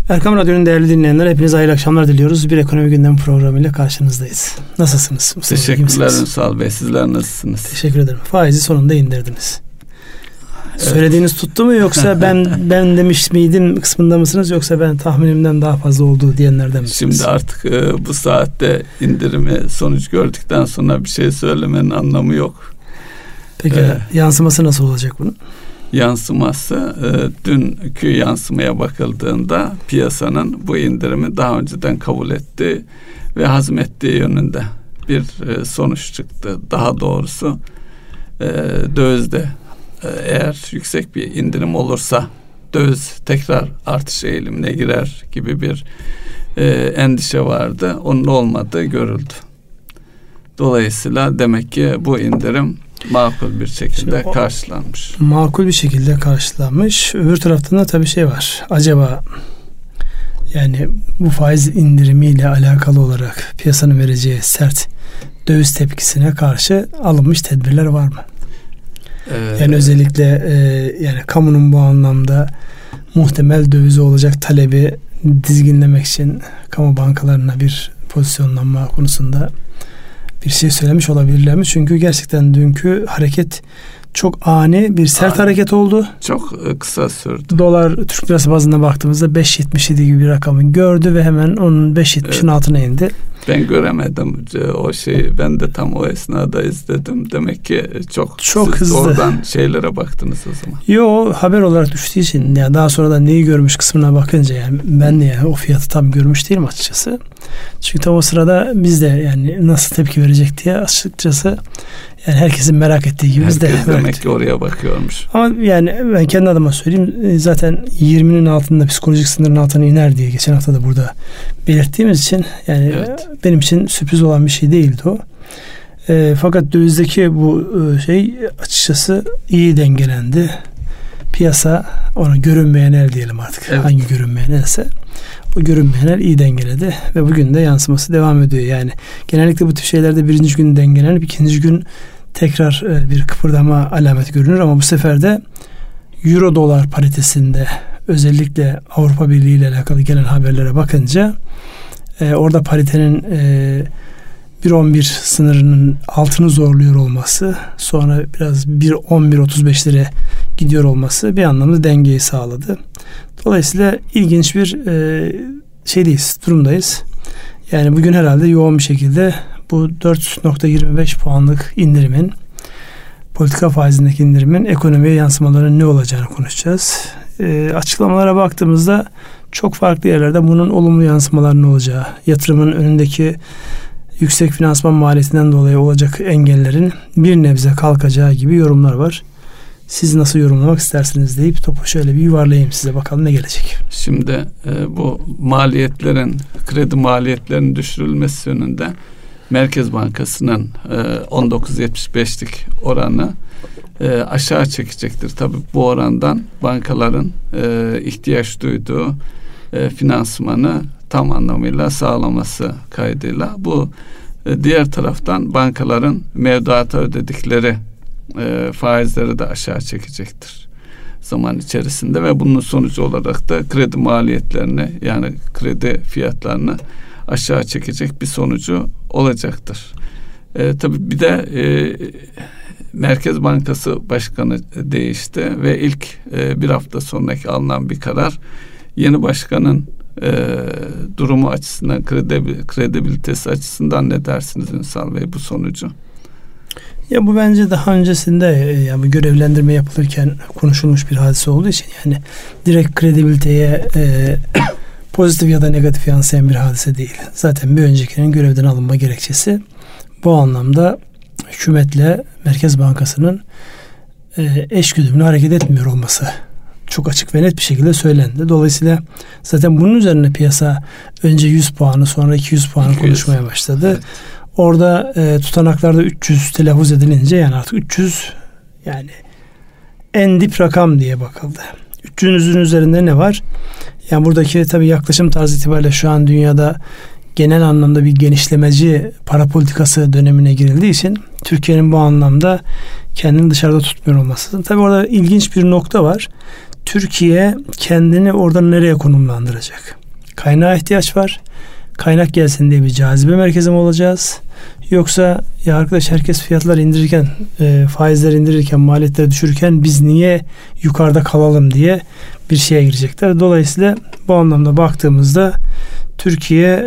Erkam Radyo'nun değerli dinleyenler, hepinize hayırlı akşamlar diliyoruz. Bir ekonomi gündemi programıyla karşınızdayız. Nasılsınız? Teşekkürler Ünsal Bey. Sizler nasılsınız? Teşekkür ederim. Faizi sonunda indirdiniz. Evet. Söylediğiniz tuttu mu, yoksa ben demiş miydim kısmında mısınız, yoksa ben tahminimden daha fazla olduğu diyenlerden misiniz? Şimdi artık bu saatte indirimi sonuç gördükten sonra bir şey söylemenin anlamı yok. Peki yansıması nasıl olacak bunun? Yansıması dünkü yansımaya bakıldığında piyasanın bu indirimi daha önceden kabul ettiği ve hazmettiği yönünde bir sonuç çıktı. Daha doğrusu dövizde eğer yüksek bir indirim olursa döviz tekrar artış eğilimine girer gibi bir endişe vardı. Onun olmadığı görüldü. Dolayısıyla demek ki bu indirim makul bir şekilde karşılanmış. Makul bir şekilde karşılanmış. Öbür taraftan da tabii şey var. Acaba yani bu faiz indirimiyle alakalı olarak piyasanın vereceği sert döviz tepkisine karşı alınmış tedbirler var mı? Yani özellikle yani kamunun bu anlamda muhtemel dövize olacak talebi dizginlemek için kamu bankalarına bir pozisyonlanma konusunda bir şey söylemiş olabilirler mi? Çünkü gerçekten dünkü hareket çok ani bir sert hareket oldu. Çok kısa sürdü. Dolar Türk lirası bazında baktığımızda 5.77 gibi bir rakamı gördü ve hemen onun 5.70'in altına indi. Ben göremedim o şeyi. Ben de tam o esnada izledim. Demek ki çok hızlı. Oradan şeylere baktınız o zaman. Yo, haber olarak düştüğü için yani daha sonra da neyi görmüş kısmına bakınca yani ben de yani o fiyatı tam görmüş değilim açıkçası. Çünkü tam o sırada biz de yani nasıl tepki verecek diye açıkçası yani herkesin merak ettiği gibi biz de demek ki oraya bakıyormuş. Ama yani ben kendi adıma söyleyeyim, zaten 20'nin altında, psikolojik sınırın altına iner diye geçen hafta da burada belirttiğimiz için yani benim için sürpriz olan bir şey değildi o. Fakat dövizdeki bu şey açıkçası iyi dengelendi. Piyasa ona görünmeyen el diyelim artık. Evet. Hangi görünmeyen else o görünmeyen el iyi dengeledi ve bugün de yansıması devam ediyor. Yani genellikle bu tür şeylerde birinci gün dengelenip ikinci gün tekrar bir kıpırdama alameti görünür, ama bu sefer de Euro dolar paritesinde özellikle Avrupa Birliği ile alakalı gelen haberlere bakınca orada paritenin 1.11 sınırının altını zorluyor olması, sonra biraz 1.11-35'lere gidiyor olması bir anlamda dengeyi sağladı. Dolayısıyla ilginç bir durumdayız. Yani bugün herhalde yoğun bir şekilde bu 4.25 puanlık indirimin, politika faizindeki indirimin ekonomiye yansımalarının ne olacağını konuşacağız. Açıklamalara baktığımızda çok farklı yerlerde bunun olumlu yansımalarının olacağı, yatırımın önündeki yüksek finansman maliyetinden dolayı olacak engellerin bir nebze kalkacağı gibi yorumlar var. Siz nasıl yorumlamak istersiniz deyip topu şöyle bir yuvarlayayım size, bakalım ne gelecek. Şimdi bu kredi maliyetlerinin düşürülmesi yönünde Merkez Bankası'nın 19.75'lik oranı aşağı çekecektir. Tabii bu orandan bankaların ihtiyaç duyduğu finansmanı tam anlamıyla sağlaması kaydıyla bu diğer taraftan bankaların mevduata ödedikleri faizleri de aşağı çekecektir zaman içerisinde ve bunun sonucu olarak da kredi maliyetlerini, yani kredi fiyatlarını aşağı çekecek bir sonucu olacaktır. Tabii bir de Merkez Bankası Başkanı değişti ve ilk bir hafta sonraki alınan bir karar yeni başkanın durumu açısından, kredibilitesi açısından ne dersiniz Ünsal Bey bu sonucu? Ya bu bence daha öncesinde yani bu görevlendirme yapılırken konuşulmuş bir hadise olduğu için yani direkt kredibiliteye pozitif ya da negatif yansıyan bir hadise değil. Zaten bir öncekinin görevden alınma gerekçesi bu anlamda hükümetle Merkez Bankası'nın eşgüdümlü hareket etmiyor olması çok açık ve net bir şekilde söylendi. Dolayısıyla zaten bunun üzerine piyasa önce 100 puanı sonra 200 puanı konuşmaya başladı. Evet. Orada tutanaklarda 300 telaffuz edilince yani artık 300 yani en dip rakam diye bakıldı. 300'ün üzerinde ne var? Yani buradaki tabii yaklaşım tarzı itibariyle şu an dünyada genel anlamda bir genişlemeci para politikası dönemine girildiği için Türkiye'nin bu anlamda kendini dışarıda tutmuyor olması. Tabii orada ilginç bir nokta var. Türkiye kendini oradan nereye konumlandıracak? Kaynağa ihtiyaç var. Kaynak gelsin diye bir cazibe merkezi mi olacağız? Yoksa ya arkadaş herkes fiyatlar indirirken, faizler indirirken, maliyetleri düşürürken biz niye yukarıda kalalım diye bir şeye girecekler. Dolayısıyla bu anlamda baktığımızda Türkiye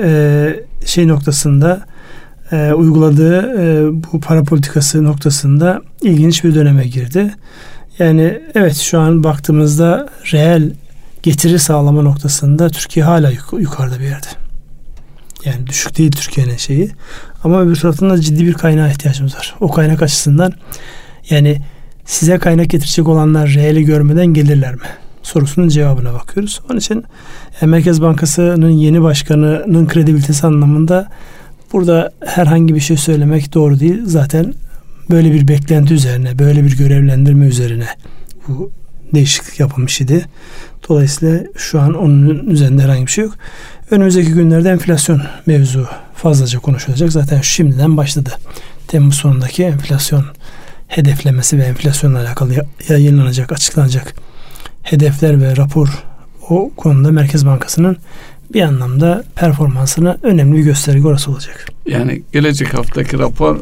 noktasında uyguladığı bu para politikası noktasında ilginç bir döneme girdi. Yani evet, şu an baktığımızda reel getiri sağlama noktasında Türkiye hala yukarıda bir yerde. Yani düşük değil Türkiye'nin şeyi. Ama öbür taraftan da ciddi bir kaynağa ihtiyacımız var. O kaynak açısından yani size kaynak getirecek olanlar reeli görmeden gelirler mi? Sorusunun cevabına bakıyoruz. Onun için Merkez Bankası'nın yeni başkanının kredibilitesi anlamında burada herhangi bir şey söylemek doğru değil. Zaten böyle bir beklenti üzerine, böyle bir görevlendirme üzerine bu değişiklik yapılmış idi. Dolayısıyla şu an onun üzerinde herhangi bir şey yok. Önümüzdeki günlerde enflasyon mevzu fazlaca konuşulacak. Zaten şimdiden başladı. Temmuz sonundaki enflasyon hedeflemesi ve enflasyonla alakalı yayınlanacak, açıklanacak hedefler ve rapor, o konuda Merkez Bankası'nın bir anlamda performansına önemli bir gösterge orası olacak. Yani gelecek haftaki rapor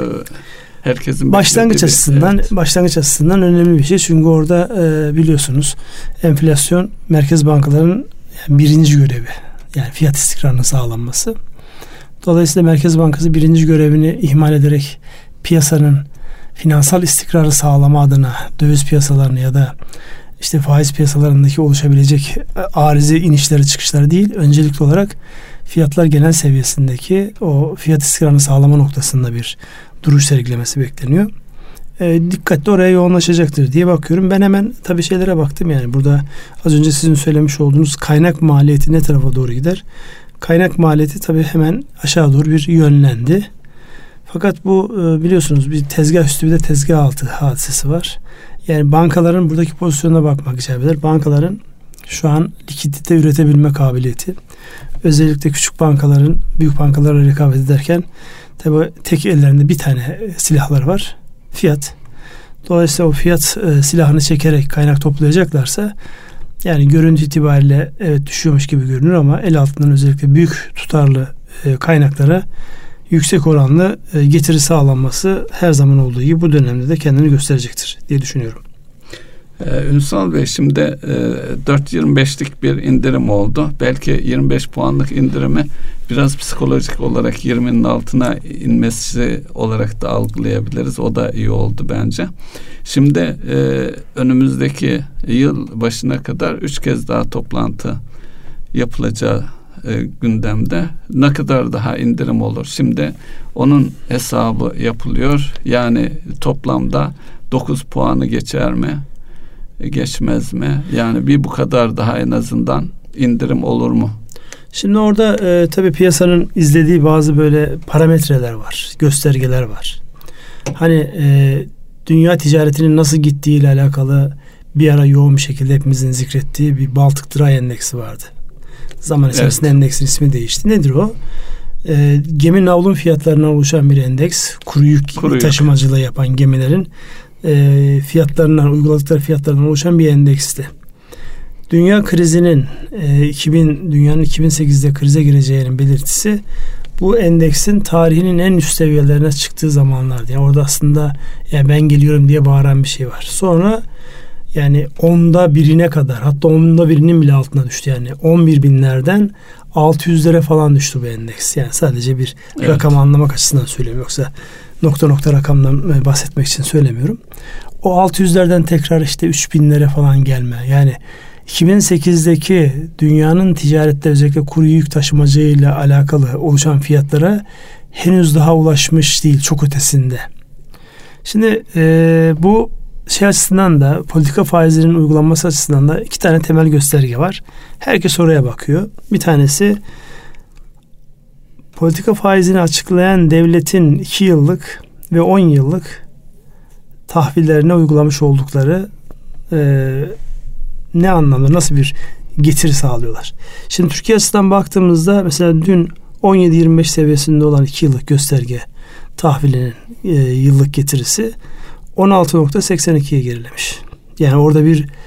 herkesin başlangıç açısından önemli bir şey. Çünkü orada biliyorsunuz enflasyon merkez bankalarının birinci görevi. Yani fiyat istikrarının sağlanması. Dolayısıyla Merkez Bankası birinci görevini ihmal ederek piyasanın finansal istikrarı sağlama adına döviz piyasalarını ya da işte faiz piyasalarındaki oluşabilecek arizi inişleri çıkışları değil, öncelikli olarak fiyatlar genel seviyesindeki o fiyat istikrarını sağlama noktasında bir duruş sergilemesi bekleniyor. Dikkatli oraya yoğunlaşacaktır diye bakıyorum. Ben hemen tabii şeylere baktım. Yani burada az önce sizin söylemiş olduğunuz kaynak maliyeti ne tarafa doğru gider? Kaynak maliyeti tabii hemen aşağı doğru bir yönlendi. Fakat bu biliyorsunuz bir tezgah üstü bir de tezgah altı hadisesi var. Yani bankaların buradaki pozisyonuna bakmak icap eder. Bankaların şu an likidite üretebilme kabiliyeti, özellikle küçük bankaların büyük bankalarla rekabet ederken tabii tek ellerinde bir tane silahları var. Fiyat. Dolayısıyla o fiyat silahını çekerek kaynak toplayacaklarsa yani görüntü itibariyle evet düşüyormuş gibi görünür ama el altından özellikle büyük tutarlı kaynaklara yüksek oranlı getiri sağlanması her zaman olduğu gibi bu dönemde de kendini gösterecektir diye düşünüyorum. Ünsal Bey, şimdi 4.25'lik bir indirim oldu. Belki 25 puanlık indirimi biraz psikolojik olarak 20'nin altına inmesi olarak da algılayabiliriz. O da iyi oldu bence. Şimdi önümüzdeki yıl başına kadar 3 kez daha toplantı yapılacağı gündemde ne kadar daha indirim olur? Şimdi onun hesabı yapılıyor. Yani toplamda 9 puanı geçer mi? Geçmez mi? Yani bir bu kadar daha en azından indirim olur mu? Şimdi orada tabii piyasanın izlediği bazı böyle parametreler var, göstergeler var. Hani dünya ticaretinin nasıl gittiği ile alakalı bir ara yoğun bir şekilde hepimizin zikrettiği bir Baltic Dry Endeksi vardı. Zaman içerisinde endeksin ismi değişti. Nedir o? Gemi navlun fiyatlarından oluşan bir endeks. Kuru yük taşımacılığı yapan gemilerin fiyatlarından, uyguladıkları fiyatlardan oluşan bir endeksti. Dünya krizinin dünyanın 2008'de krize gireceğinin belirtisi bu endeksin tarihinin en üst seviyelerine çıktığı zamanlardı. Yani orada aslında yani ben geliyorum diye bağıran bir şey var. Sonra yani 1/10'ine kadar, hatta 1/10'inin bile altına düştü. Yani 11 binlerden 600'lere falan düştü bu endeks. Yani sadece bir rakam anlamak açısından söylüyorum. Yoksa nokta rakamdan bahsetmek için söylemiyorum. O 600'lerden tekrar işte 3000'lere falan gelme. Yani 2008'deki dünyanın ticarette özellikle kuru yük taşımacılığıyla alakalı oluşan fiyatlara henüz daha ulaşmış değil, çok ötesinde. Şimdi bu açısından da, politika faizlerinin uygulanması açısından da 2 tane temel gösterge var. Herkes oraya bakıyor. Bir tanesi politika faizini açıklayan devletin 2 yıllık ve 10 yıllık tahvillerine uygulamış oldukları ne anlamda, nasıl bir getiri sağlıyorlar. Şimdi Türkiye açısından baktığımızda mesela dün 17-25 seviyesinde olan 2 yıllık gösterge tahvilinin yıllık getirisi 16.82'ye gerilemiş. Yani orada bir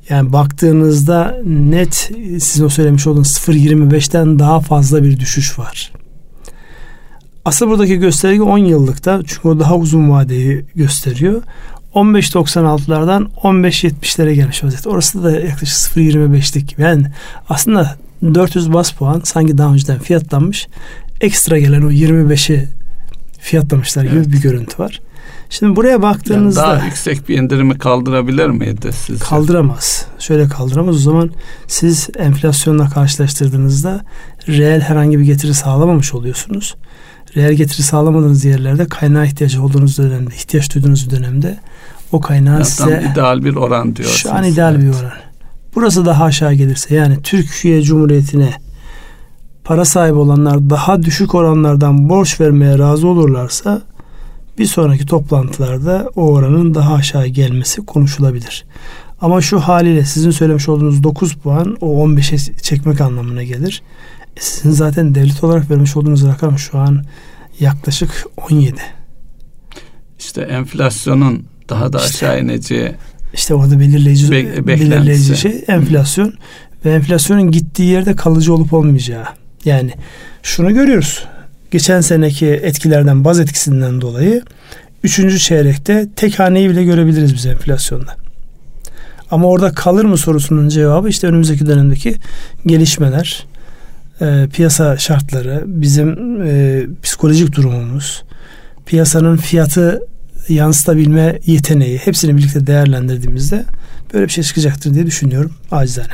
Yani baktığınızda net sizin o söylemiş olduğunuz 0.25'ten daha fazla bir düşüş var. Asıl buradaki gösterge 10 yıllıkta, çünkü o daha uzun vadeyi gösteriyor. 15.96'lardan 15.70'lere gelmiş vaziyette. Orası da yaklaşık 0.25'lik gibi. Yani aslında 400 bas puan sanki daha önceden fiyatlanmış. Ekstra gelen o 25'i fiyatlamışlar gibi bir görüntü var. Şimdi buraya baktığınızda... Yani daha yüksek bir indirimi kaldırabilir miydi sizce? Kaldıramaz. Şöyle kaldıramaz. O zaman siz enflasyonla karşılaştırdığınızda reel herhangi bir getiri sağlamamış oluyorsunuz. Reel getiri sağlamadığınız yerlerde kaynağa ihtiyaç duyduğunuz dönemde o kaynağı yani size... Tam ideal bir oran diyorsunuz. Şu an ideal bir oran. Burası daha aşağı gelirse, yani Türkiye Cumhuriyeti'ne para sahibi olanlar daha düşük oranlardan borç vermeye razı olurlarsa bir sonraki toplantılarda o oranın daha aşağı gelmesi konuşulabilir. Ama şu haliyle sizin söylemiş olduğunuz 9 puan o 15'e çekmek anlamına gelir. Sizin zaten devlet olarak vermiş olduğunuz rakam şu an yaklaşık 17. İşte enflasyonun daha da aşağı ineceği. İşte orada belirleyici şey enflasyon ve enflasyonun gittiği yerde kalıcı olup olmayacağı. Yani şunu görüyoruz. Geçen seneki etkilerden, baz etkisinden dolayı 3. çeyrekte tek haneyi bile görebiliriz biz enflasyonda. Ama orada kalır mı sorusunun cevabı işte önümüzdeki dönemdeki gelişmeler, piyasa şartları, bizim psikolojik durumumuz, piyasanın fiyatı yansıtabilme yeteneği, hepsini birlikte değerlendirdiğimizde böyle bir şey çıkacaktır diye düşünüyorum acizane.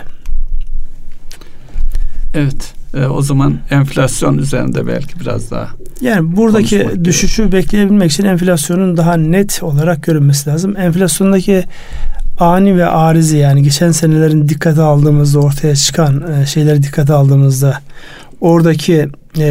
Evet. O zaman enflasyon üzerinde belki biraz daha yani buradaki düşüşü bekleyebilmek için enflasyonun daha net olarak görünmesi lazım. Enflasyondaki ani ve arizi, yani geçen senelerin dikkate aldığımızda ortaya çıkan şeyleri dikkate aldığımızda oradaki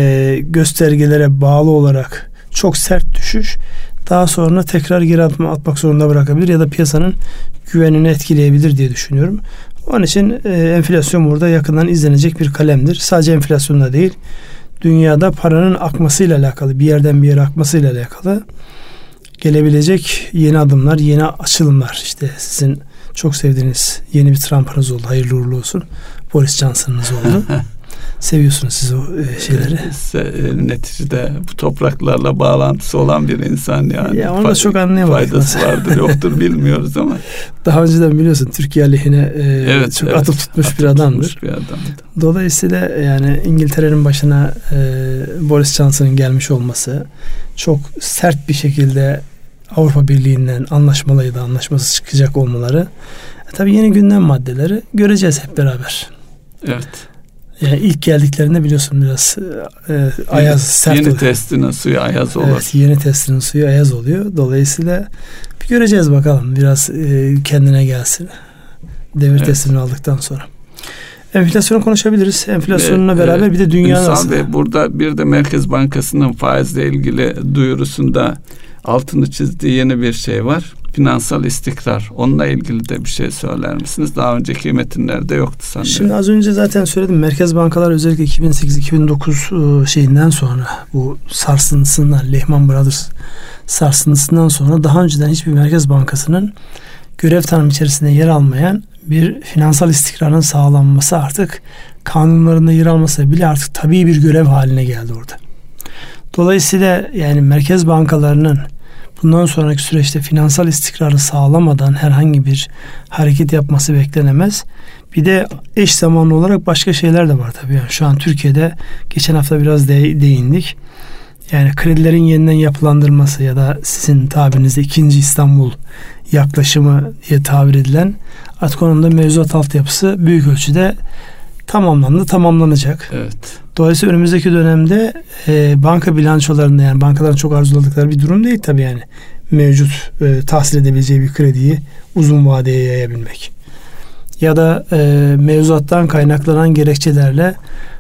göstergelere bağlı olarak çok sert düşüş daha sonra tekrar geri atmak zorunda bırakabilir ya da piyasanın güvenini etkileyebilir diye düşünüyorum. Onun için enflasyon burada yakından izlenecek bir kalemdir. Sadece enflasyonla değil, dünyada paranın akmasıyla alakalı, bir yerden bir yere akmasıyla alakalı gelebilecek yeni adımlar, yeni açılımlar. İşte sizin çok sevdiğiniz yeni bir Trump'ınız oldu. Hayırlı uğurlu olsun. Boris Johnson'ınız oldu. Seviyorsunuz siz o şeyleri. Neticede bu topraklarla bağlantısı olan bir insan yani. Ya onu da çok anlayamadık. Faydası vardır yoktur bilmiyoruz ama. Daha önceden biliyorsun Türkiye aleyhine çok atıp tutmuş bir adamdır. Dolayısıyla yani İngiltere'nin başına Boris Johnson'ın gelmiş olması, çok sert bir şekilde Avrupa Birliği'nden anlaşmasız çıkacak olmaları, tabii yeni gündem maddeleri göreceğiz hep beraber. Evet. Yani ilk geldiklerinde biliyorsun biraz ayaz, sert oluyor. Yeni testinin suyu ayaz olur. Evet, yeni testinin suyu ayaz oluyor. Dolayısıyla bir göreceğiz bakalım. Biraz kendine gelsin. Devir testini aldıktan sonra. Enflasyonu konuşabiliriz. Enflasyonla beraber bir de dünya nasıl? Burada bir de Merkez Bankası'nın faizle ilgili duyurusunda altını çizdiği yeni bir şey var. Finansal istikrar. Onunla ilgili de bir şey söyler misiniz? Daha önceki metinlerde yoktu sanırım. Şimdi az önce zaten söyledim. Merkez bankalar özellikle 2008-2009 şeyinden sonra, bu sarsıntısından, Lehman Brothers sarsıntısından sonra daha önceden hiçbir merkez bankasının görev tanımı içerisinde yer almayan bir finansal istikrarın sağlanması, artık kanunlarında yer almasa bile artık tabii bir görev haline geldi orada. Dolayısıyla yani merkez bankalarının bundan sonraki süreçte finansal istikrarı sağlamadan herhangi bir hareket yapması beklenemez. Bir de eş zamanlı olarak başka şeyler de var tabii. Yani şu an Türkiye'de geçen hafta biraz değindik. Yani kredilerin yeniden yapılandırması ya da sizin tabirinizde 2. İstanbul yaklaşımı diye tabir edilen artık onun da mevzuat altyapısı büyük ölçüde tamamlanacak. Evet. Dolayısıyla önümüzdeki dönemde banka bilançolarında, yani bankaların çok arzuladıkları bir durum değil tabii, yani mevcut tahsil edebileceği bir krediyi uzun vadeye yayabilmek. Ya da mevzuattan kaynaklanan gerekçelerle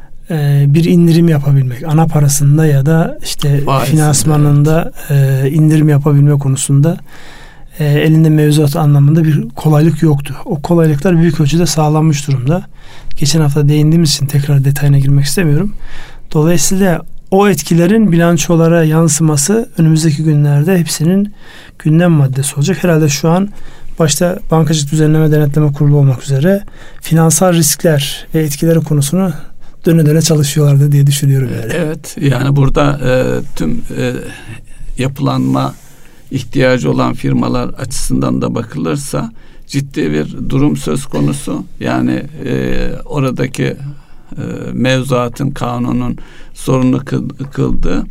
bir indirim yapabilmek. Ana parasında ya da işte finansmanında indirim yapabilme konusunda elinde mevzuat anlamında bir kolaylık yoktu. O kolaylıklar büyük ölçüde sağlanmış durumda. Geçen hafta değindiğimiz için tekrar detayına girmek istemiyorum. Dolayısıyla o etkilerin bilançolara yansıması önümüzdeki günlerde hepsinin gündem maddesi olacak. Herhalde şu an başta Bankacılık Düzenleme Denetleme Kurulu olmak üzere finansal riskler ve etkileri konusunu döne döne çalışıyorlardı diye düşünüyorum yani. Evet, yani burada tüm yapılanma ihtiyacı olan firmalar açısından da bakılırsa ciddi bir durum söz konusu. Yani oradaki mevzuatın, kanunun sorunlu kıldığı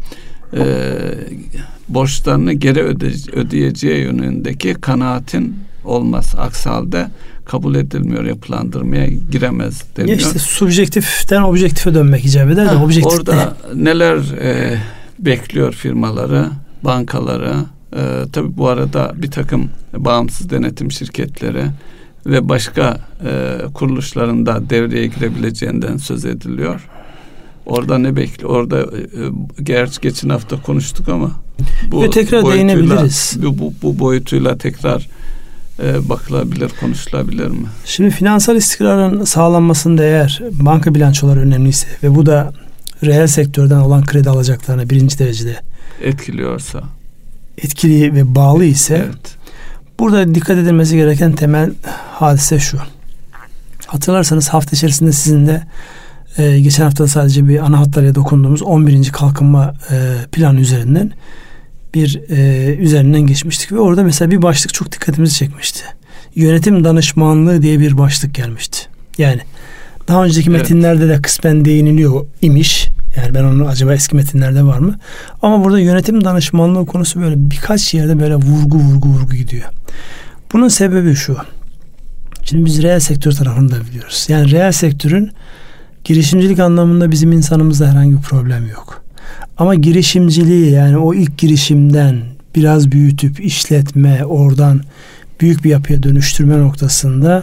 borçlarını geri ödeyeceği yönündeki kanaatin olmaz. Aksi halde kabul edilmiyor, yapılandırmaya giremez deniyor. İşte subjektiften objektife dönmek icap eder de objektif orada neler bekliyor firmaları, bankaları? Tabii bu arada bir takım bağımsız denetim şirketleri ve başka kuruluşların da devreye girebileceğinden söz ediliyor. Orada ne bekliyor? Orada gerçi geçen hafta konuştuk ama bu tekrar değinebiliriz. Bu boyutuyla tekrar bakılabilir, konuşulabilir mi? Şimdi finansal istikrarın sağlanmasında eğer banka bilançoları önemliyse ve bu da reel sektörden olan kredi alacaklarına birinci derecede etkiliyorsa, etkili ve bağlı ise evet, burada dikkat edilmesi gereken temel hadise şu. Hatırlarsanız hafta içerisinde sizinle geçen hafta sadece bir ana hatlarıyla dokunduğumuz 11. kalkınma planı üzerinden üzerinden geçmiştik ve orada mesela bir başlık çok dikkatimizi çekmişti. Yönetim danışmanlığı diye bir başlık gelmişti. Yani daha önceki metinlerde de kısmen değiniliyor imiş. Yani ben onu acaba eski metinlerde var mı? Ama burada yönetim danışmanlığı konusu böyle birkaç yerde böyle vurgu gidiyor. Bunun sebebi şu. Şimdi biz reel sektör tarafını da biliyoruz. Yani reel sektörün girişimcilik anlamında bizim insanımızda herhangi bir problem yok. Ama girişimciliği, yani o ilk girişimden biraz büyütüp işletme, oradan büyük bir yapıya dönüştürme noktasında,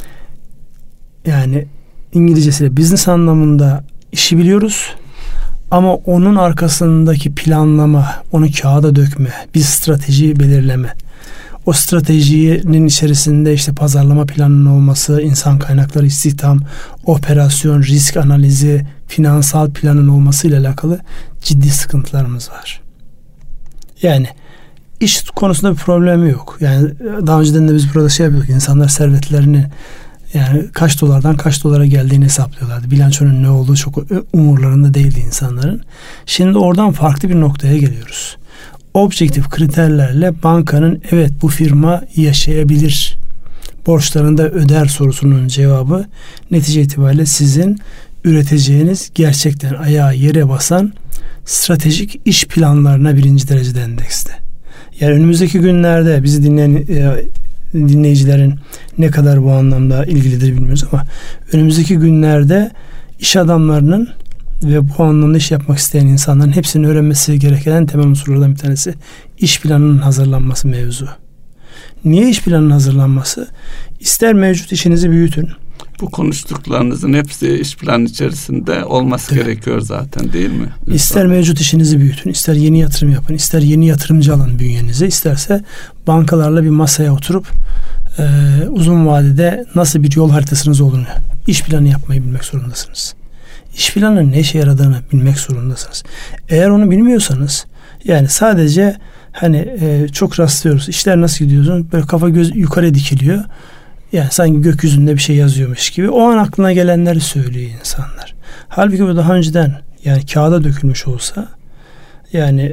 yani İngilizcesiyle business anlamında işi biliyoruz. Ama onun arkasındaki planlama, onu kağıda dökme, bir strateji belirleme. O stratejinin içerisinde işte pazarlama planının olması, insan kaynakları, istihdam, operasyon, risk analizi, finansal planın olmasıyla alakalı ciddi sıkıntılarımız var. Yani iş konusunda bir problem yok. Yani daha önceden de biz burada şey yapıyorduk. İnsanlar servetlerini yani kaç dolardan kaç dolara geldiğini hesaplıyorlardı. Bilançonun ne olduğu çok umurlarında değildi insanların. Şimdi oradan farklı bir noktaya geliyoruz. Objektif kriterlerle bankanın evet bu firma yaşayabilir, borçlarını da öder sorusunun cevabı netice itibariyle sizin üreteceğiniz gerçekten ayağı yere basan stratejik iş planlarına birinci derecede endekste. Yani önümüzdeki günlerde bizi dinleyen dinleyicilerin ne kadar bu anlamda ilgilidir bilmiyoruz ama önümüzdeki günlerde iş adamlarının ve bu anlamda iş yapmak isteyen insanların hepsinin öğrenmesi gereken temel unsurlardan bir tanesi iş planının hazırlanması mevzu. Niye iş planının hazırlanması? İster mevcut işinizi büyütün. Bu konuştuklarınızın hepsi iş planı içerisinde olması gerekiyor zaten, değil mi? Lütfen. İster mevcut işinizi büyütün, ister yeni yatırım yapın, ister yeni yatırımcı alın bünyenize, isterse bankalarla bir masaya oturup uzun vadede nasıl bir yol haritasınız olduğunu, iş planı yapmayı bilmek zorundasınız. İş planının ne işe yaradığını bilmek zorundasınız. Eğer onu bilmiyorsanız, yani sadece çok rastlıyoruz. İşler nasıl gidiyor? Böyle kafa göz yukarı dikiliyor. Yani sanki gökyüzünde bir şey yazıyormuş gibi. O an aklına gelenleri söylüyor insanlar. Halbuki bu daha önceden yani kağıda dökülmüş olsa, yani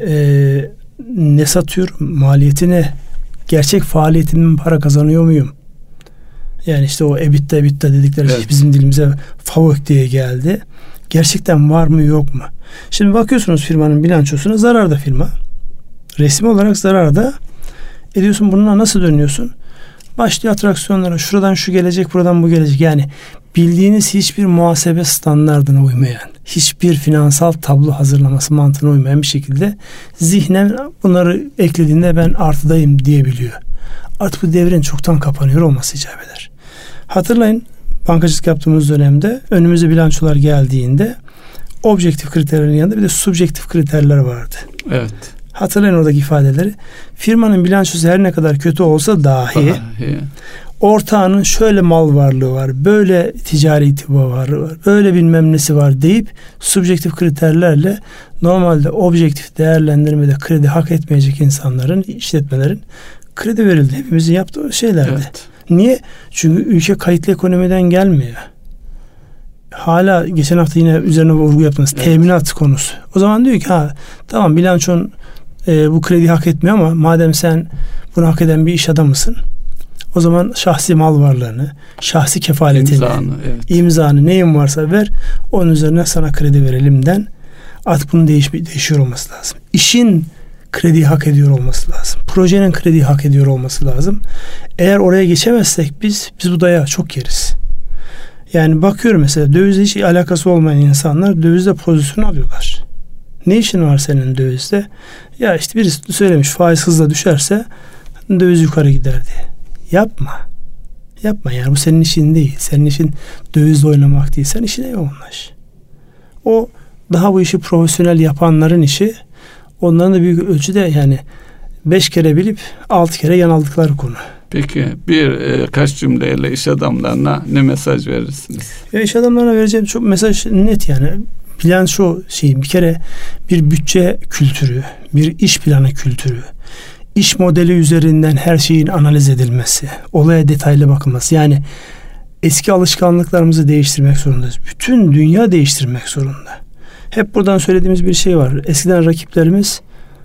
ne satıyorum, maliyetine, gerçek faaliyetimden para kazanıyor muyum? Yani işte o EBITDA dedikleri şey bizim dilimize FAVÖK diye geldi. Gerçekten var mı yok mu? Şimdi bakıyorsunuz firmanın bilançosuna, zararda firma. Resmi olarak zararda. Ediyorsun, bununla nasıl dönüyorsun? Başlıyor atraksiyonlara, şuradan şu gelecek, buradan bu gelecek. Yani bildiğiniz hiçbir muhasebe standardına uymayan, hiçbir finansal tablo hazırlaması mantığına uymayan bir şekilde zihnen bunları eklediğinde ben artıdayım diyebiliyor. Artık bu devrin çoktan kapanıyor olması icap eder. Hatırlayın, bankacılık yaptığımız dönemde önümüze bilançolar geldiğinde objektif kriterlerin yanında bir de subjektif kriterler vardı. Evet. Hatırlayın oradaki ifadeleri. Firmanın bilançosu her ne kadar kötü olsa dahi ortağının şöyle mal varlığı var, böyle ticari itibarı var, böyle bilmem nesi var deyip subjektif kriterlerle normalde objektif değerlendirmede kredi hak etmeyecek insanların, işletmelerin kredi verildi. Hepimizin yaptığı şeylerdi. Evet. Niye? Çünkü ülke kayıtlı ekonomiden gelmiyor. Hala geçen hafta yine üzerine vurgu yaptınız. Evet. Teminat konusu. O zaman diyor ki tamam bilançon bu krediyi hak etmiyor ama madem sen bunu hak eden bir iş adamısın, o zaman şahsi mal varlığını, şahsi kefaletini, imzanı neyin varsa ver, onun üzerine sana kredi verelimden artık bunun değişiyor olması lazım. İşin krediyi hak ediyor olması lazım. Projenin krediyi hak ediyor olması lazım. Eğer oraya geçemezsek biz bu dayağı çok yeriz. Yani bakıyorum mesela dövizle hiç alakası olmayan insanlar dövizde pozisyon alıyorlar. Ne işin var senin dövizde? Ya işte birisi söylemiş faiz hızla düşerse döviz yukarı gider diye. Yapma. Yapma yani bu senin işin değil. Senin işin dövizle oynamak değil. Sen işine yoğunlaş. O daha bu işi profesyonel yapanların işi. Onların da büyük ölçüde yani 5 kere bilip 6 kere yanıldıkları konu. Peki birkaç cümleyle iş adamlarına ne mesaj verirsiniz? İş adamlarına vereceğim çok mesaj net yani. Bilanço bir kere bir bütçe kültürü, bir iş planı kültürü, iş modeli üzerinden her şeyin analiz edilmesi, olaya detaylı bakılması. Yani eski alışkanlıklarımızı değiştirmek zorundayız. Bütün dünya değiştirmek zorunda. Hep buradan söylediğimiz bir şey var. Eskiden rakiplerimiz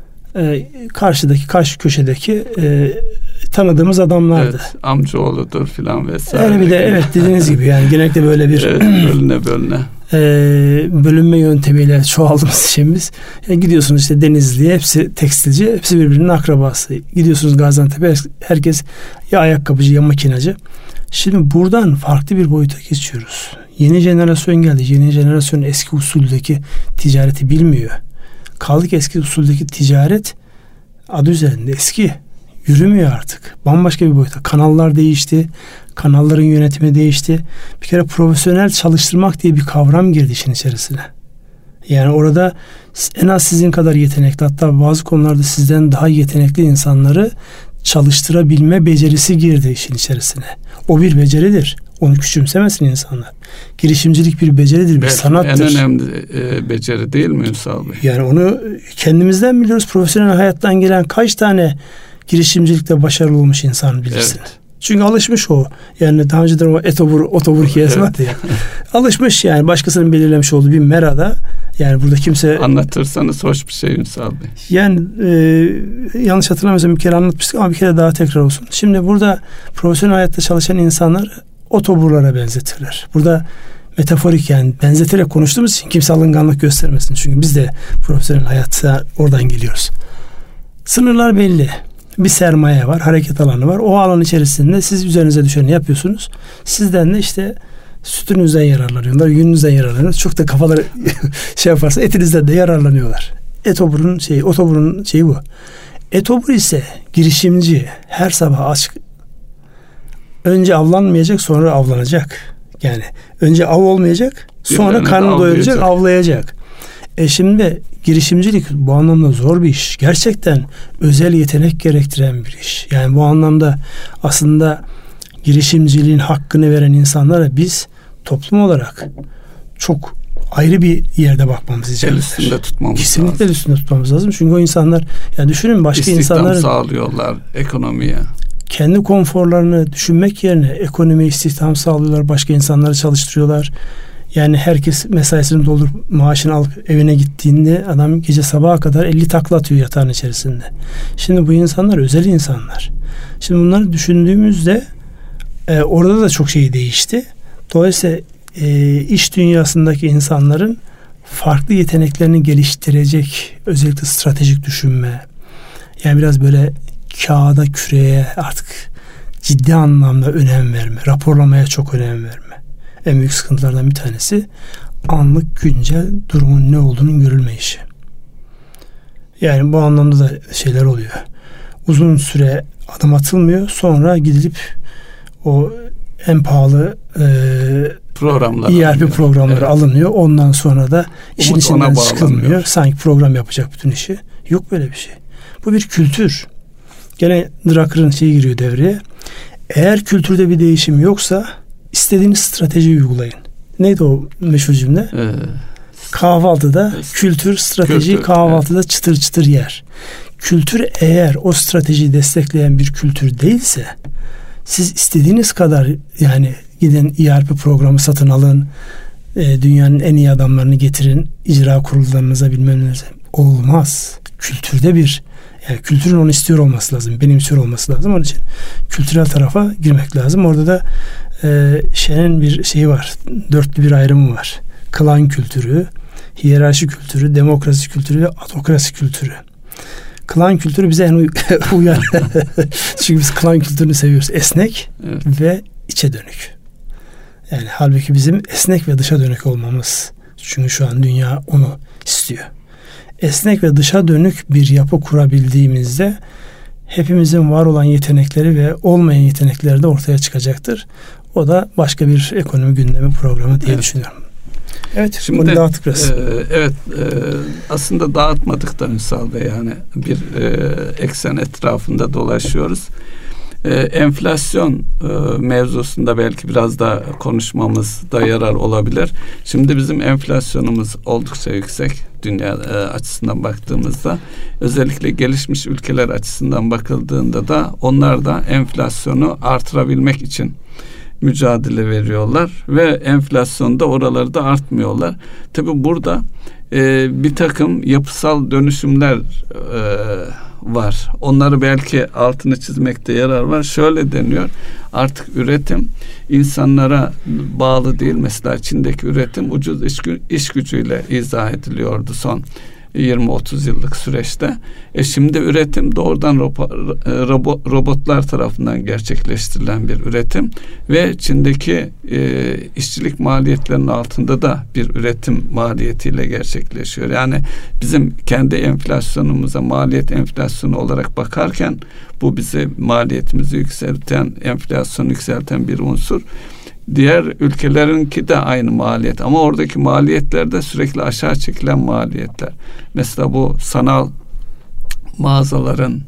karşı köşedeki tanıdığımız adamlardı. Evet, amcaoğludur filan vesaire. Yani bir de evet dediğiniz gibi yani genellikle böyle bir bölüne bölünme yöntemiyle çoğaldığımız şeyimiz. Yani gidiyorsunuz işte Denizli'ye, hepsi tekstilci, hepsi birbirinin akrabası. Gidiyorsunuz Gaziantep'e, herkes ya ayakkabıcı ya makinacı. Şimdi buradan farklı bir boyuta geçiyoruz. Yeni jenerasyon geldi. Yeni jenerasyon eski usuldeki ticareti bilmiyor. Kaldı ki eski usuldeki ticaret adı üzerinde eski. Yürümüyor artık. Bambaşka bir boyuta. Kanallar değişti. Kanalların yönetimi değişti. Bir kere profesyonel çalıştırmak diye bir kavram girdi işin içerisine. Yani orada en az sizin kadar yetenekli, hatta bazı konularda sizden daha yetenekli insanları çalıştırabilme becerisi girdi işin içerisine. O bir beceridir. Onu küçümsemesin insanlar. Girişimcilik bir beceridir, bir sanattır. En önemli beceri değil mi Ünsal Bey? Yani onu kendimizden biliyoruz. Profesyonel hayattan gelen kaç tane girişimcilikte başarılı olmuş insan bilirsin. Evet. Çünkü alışmış o. Yani daha önceden o otobur hikayesi vardı ya. Alışmış yani başkasının belirlemiş olduğu bir merada. Yani burada kimse... Anlatırsanız hoş bir şey Ünsal Bey. Yani yanlış hatırlamıyorsam bir kere anlatmıştık ama bir kere daha tekrar olsun. Şimdi burada profesyonel hayatta çalışan insanlar otoburlara benzetirler. Burada metaforik yani benzeterek konuştuğumuz için kimse alınganlık göstermesin. Çünkü biz de profesyonel hayatta oradan geliyoruz. Sınırlar belli. Bir sermaye var, hareket alanı var. O alan içerisinde siz üzerinize düşeni yapıyorsunuz. Sizden de işte sütünüzden yararlanıyorlar, yününüzden yararlanıyorlar. Çok da kafaları yaparsa etinizden de yararlanıyorlar. Otoburun şeyi bu. Etobur ise girişimci, her sabah açık. Önce avlanmayacak, sonra avlanacak. Yani önce av olmayacak, sonra karnını doyuracak, avlayacak. Şimdi girişimcilik bu anlamda zor bir iş. Gerçekten özel yetenek gerektiren bir iş. Yani bu anlamda aslında girişimciliğin hakkını veren insanlara biz toplum olarak çok ayrı bir yerde bakmamız icap eder. Üstünde tutmamız Kesinlikle lazım. Üstünde tutmamız lazım. Çünkü o insanlar ya düşünün başka insanlar İstihdam sağlıyorlar ekonomiye. Kendi konforlarını düşünmek yerine ekonomi istihdam sağlıyorlar. Başka insanları çalıştırıyorlar. Yani herkes mesaisini doldurup maaşını alıp evine gittiğinde adam gece sabaha kadar 50 takla atıyor yatağın içerisinde. Şimdi bu insanlar özel insanlar. Şimdi bunları düşündüğümüzde orada da çok şey değişti. Dolayısıyla iş dünyasındaki insanların farklı yeteneklerini geliştirecek, özellikle stratejik düşünme, yani biraz böyle kağıda, küreye artık ciddi anlamda önem verme, raporlamaya çok önem verme. En büyük sıkıntılardan bir tanesi anlık güncel durumun ne olduğunun görülmeyişi. Yani bu anlamda da şeyler oluyor. Uzun süre adım atılmıyor. Sonra gidilip o en pahalı ERP programları alınıyor. Ondan sonra da işin içinden çıkılmıyor. Sanki program yapacak bütün işi. Yok böyle bir şey. Bu bir kültür. Gene Drucker'ın şeyi giriyor devreye. Eğer kültürde bir değişim yoksa istediğiniz stratejiyi uygulayın. Neydi o meşhur cümle? Kahvaltıda kültür, strateji, kahvaltıda çıtır çıtır yer. Kültür eğer o stratejiyi destekleyen bir kültür değilse, siz istediğiniz kadar yani gidin ERP programı satın alın, dünyanın en iyi adamlarını getirin, icra kurullarınıza bilmem ne, olmaz. Kültürde yani kültürün onu istiyor olması lazım, benimsiyor olması lazım. Onun için kültürel tarafa girmek lazım. Orada da şeyin bir şeyi var, dörtlü bir ayrımı var. Klan kültürü, hiyerarşi kültürü, demokrasi kültürü ve autokrasi kültürü. Klan kültürü bize en uyar. Çünkü biz klan kültürünü seviyoruz. Esnek ve içe dönük. Yani halbuki bizim esnek ve dışa dönük olmamız. Çünkü şu an dünya onu istiyor. Esnek ve dışa dönük bir yapı kurabildiğimizde hepimizin var olan yetenekleri ve olmayan yetenekleri de ortaya çıkacaktır. O da başka bir ekonomi gündemi programı diye düşünüyorum. Evet, şimdi bunu dağıttık biraz. Aslında dağıtmadık da Ünsal Bey, yani bir eksen etrafında dolaşıyoruz. Enflasyon mevzusunda belki biraz da konuşmamızda yarar olabilir. Şimdi bizim enflasyonumuz oldukça yüksek dünya açısından baktığımızda. Özellikle gelişmiş ülkeler açısından bakıldığında da onlar da enflasyonu artırabilmek için mücadele veriyorlar ve enflasyonda oralarda artmıyorlar. Tabii burada bir takım yapısal dönüşümler var. Onları belki altını çizmekte yarar var. Şöyle deniyor: artık üretim insanlara bağlı değil. Mesela Çin'deki üretim ucuz iş gücüyle izah ediliyordu son 20-30 yıllık süreçte. Şimdi üretim doğrudan robotlar tarafından gerçekleştirilen bir üretim ve Çin'deki işçilik maliyetlerinin altında da bir üretim maliyetiyle gerçekleşiyor. Yani bizim kendi enflasyonumuza maliyet enflasyonu olarak bakarken bu bizi maliyetimizi yükselten, enflasyonu yükselten bir unsur. Diğer ülkelerinki de aynı maliyet ama oradaki maliyetler de sürekli aşağı çekilen maliyetler. Mesela bu sanal mağazaların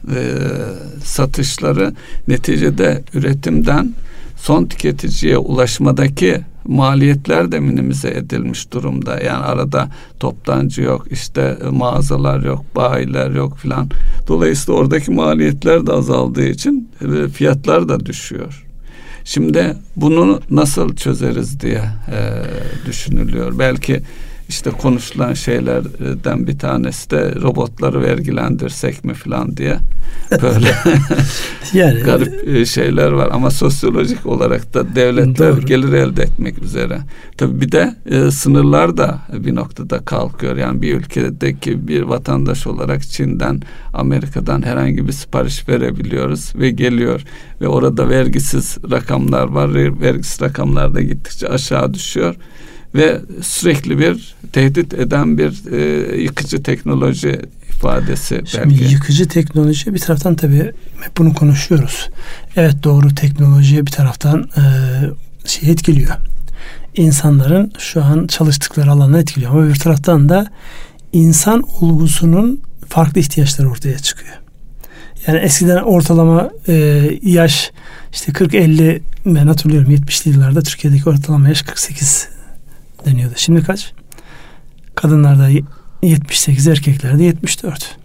satışları neticede üretimden son tüketiciye ulaşmadaki maliyetler de minimize edilmiş durumda. Yani arada toptancı yok, işte mağazalar yok, bayiler yok filan. Dolayısıyla oradaki maliyetler de azaldığı için fiyatlar da düşüyor. Şimdi bunu nasıl çözeriz diye düşünülüyor. Belki işte konuşulan şeylerden bir tanesi de robotları vergilendirsek mi falan diye böyle yani, garip şeyler var. Ama sosyolojik olarak da devletler gelir elde etmek üzere. Tabii bir de sınırlar da bir noktada kalkıyor. Yani bir ülkedeki bir vatandaş olarak Çin'den, Amerika'dan herhangi bir sipariş verebiliyoruz ve geliyor. Ve orada vergisiz rakamlar var. Vergisiz rakamlar da gittikçe aşağı düşüyor. Ve sürekli bir tehdit eden bir yıkıcı teknoloji ifadesi. Şimdi belki. Yıkıcı teknoloji bir taraftan tabii hep bunu konuşuyoruz. Evet, doğru, teknolojiye bir taraftan etkiliyor. İnsanların şu an çalıştıkları alanı etkiliyor. Ama bir taraftan da insan olgusunun farklı ihtiyaçları ortaya çıkıyor. Yani eskiden ortalama yaş işte 40-50, ben hatırlıyorum 70'li yıllarda Türkiye'deki ortalama yaş 48 deniyordu. Şimdi kaç? Kadınlarda 78, erkeklerde 74.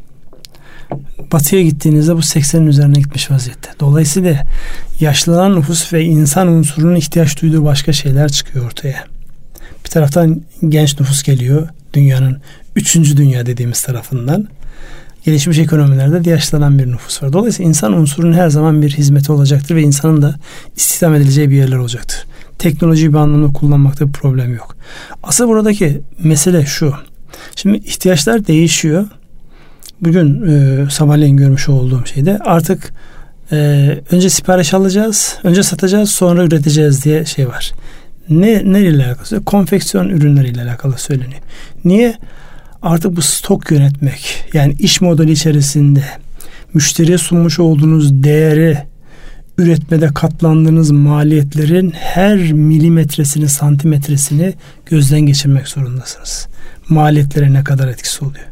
Batıya gittiğinizde bu 80'in üzerine gitmiş vaziyette. Dolayısıyla yaşlanan nüfus ve insan unsurunun ihtiyaç duyduğu başka şeyler çıkıyor ortaya. Bir taraftan genç nüfus geliyor. Dünyanın 3. dünya dediğimiz tarafından. Gelişmiş ekonomilerde de yaşlanan bir nüfus var. Dolayısıyla insan unsurunun her zaman bir hizmeti olacaktır ve insanın da istihdam edileceği bir yerler olacaktır. Teknolojiyi bir anlamda kullanmakta bir problem yok. Asıl buradaki mesele şu. Şimdi ihtiyaçlar değişiyor. Bugün sabahleyin görmüş olduğum şeyde artık önce sipariş alacağız, önce satacağız, sonra üreteceğiz diye şey var. Neyle alakalı? Konfeksiyon ürünleriyle alakalı söyleniyor. Niye? Artık bu stok yönetmek, yani iş modeli içerisinde müşteriye sunmuş olduğunuz değeri, üretmede katlandığınız maliyetlerin her milimetresini, santimetresini gözden geçirmek zorundasınız. Maliyetlere ne kadar etkisi oluyor?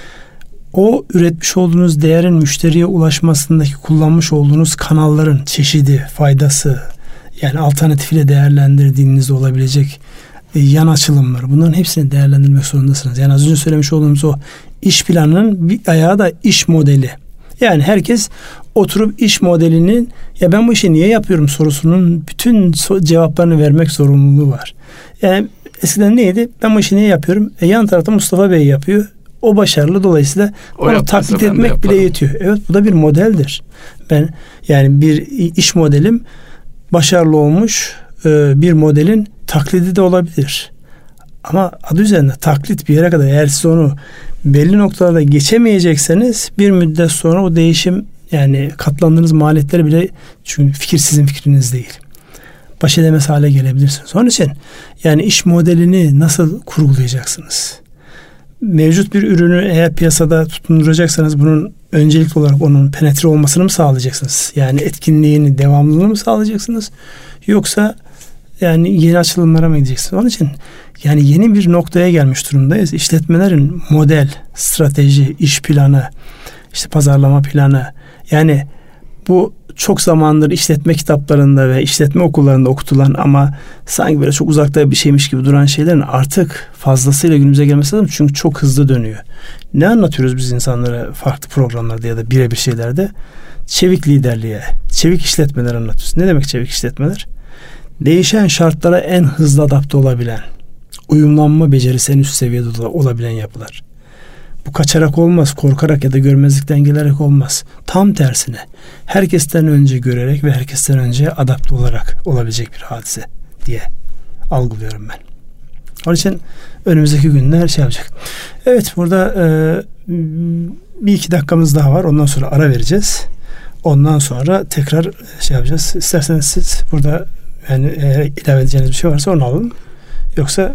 O üretmiş olduğunuz değerin müşteriye ulaşmasındaki kullanmış olduğunuz kanalların çeşidi, faydası, yani alternatifiyle değerlendirdiğiniz olabilecek yan açılımlar, bunların hepsini değerlendirmek zorundasınız. Yani az önce söylemiş olduğumuz o iş planının bir ayağı da iş modeli. Yani herkes oturup iş modelinin, ya ben bu işi niye yapıyorum sorusunun bütün cevaplarını vermek zorunluluğu var. Yani eskiden neydi? Ben bu işi niye yapıyorum? Yan tarafta Mustafa Bey yapıyor. O başarılı, dolayısıyla onu taklit etmek bile yetiyor. Evet, bu da bir modeldir. Ben yani bir iş modelim başarılı olmuş bir modelin taklidi de olabilir. Ama adı üzerinde taklit bir yere kadar, eğer siz onu belli noktalarda geçemeyecekseniz bir müddet sonra o değişim, yani katlandığınız maliyetleri bile, çünkü fikir sizin fikriniz değil, baş edemez hale gelebilirsiniz. Onun için yani iş modelini nasıl kurgulayacaksınız? Mevcut bir ürünü eğer piyasada tutunduracaksanız bunun öncelikli olarak onun penetre olmasını mı sağlayacaksınız? Yani etkinliğini, devamlılığını mı sağlayacaksınız? Yoksa yani yeni açılımlara mı gideceksiniz? Onun için yani yeni bir noktaya gelmiş durumdayız. İşletmelerin model, strateji, iş planı, işte pazarlama planı, yani bu çok zamandır işletme kitaplarında ve işletme okullarında okutulan ama sanki böyle çok uzakta bir şeymiş gibi duran şeylerin artık fazlasıyla günümüze gelmesi lazım. Çünkü çok hızlı dönüyor. Ne anlatıyoruz biz insanlara farklı programlarda ya da birebir şeylerde? Çevik liderliğe, çevik işletmeler anlatıyoruz. Ne demek çevik işletmeler? Değişen şartlara en hızlı adapte olabilen, uyumlanma becerisi en üst seviyede olabilen yapılar. Bu kaçarak olmaz, korkarak ya da görmezlikten gelerek olmaz. Tam tersine herkesten önce görerek ve herkesten önce adapte olarak olabilecek bir hadise diye algılıyorum ben. Onun için önümüzdeki günler şey yapacak. Evet, burada bir iki dakikamız daha var. Ondan sonra ara vereceğiz. Ondan sonra tekrar şey yapacağız. İsterseniz siz burada yani eğer ilave edeceğiniz bir şey varsa onu alın. Yoksa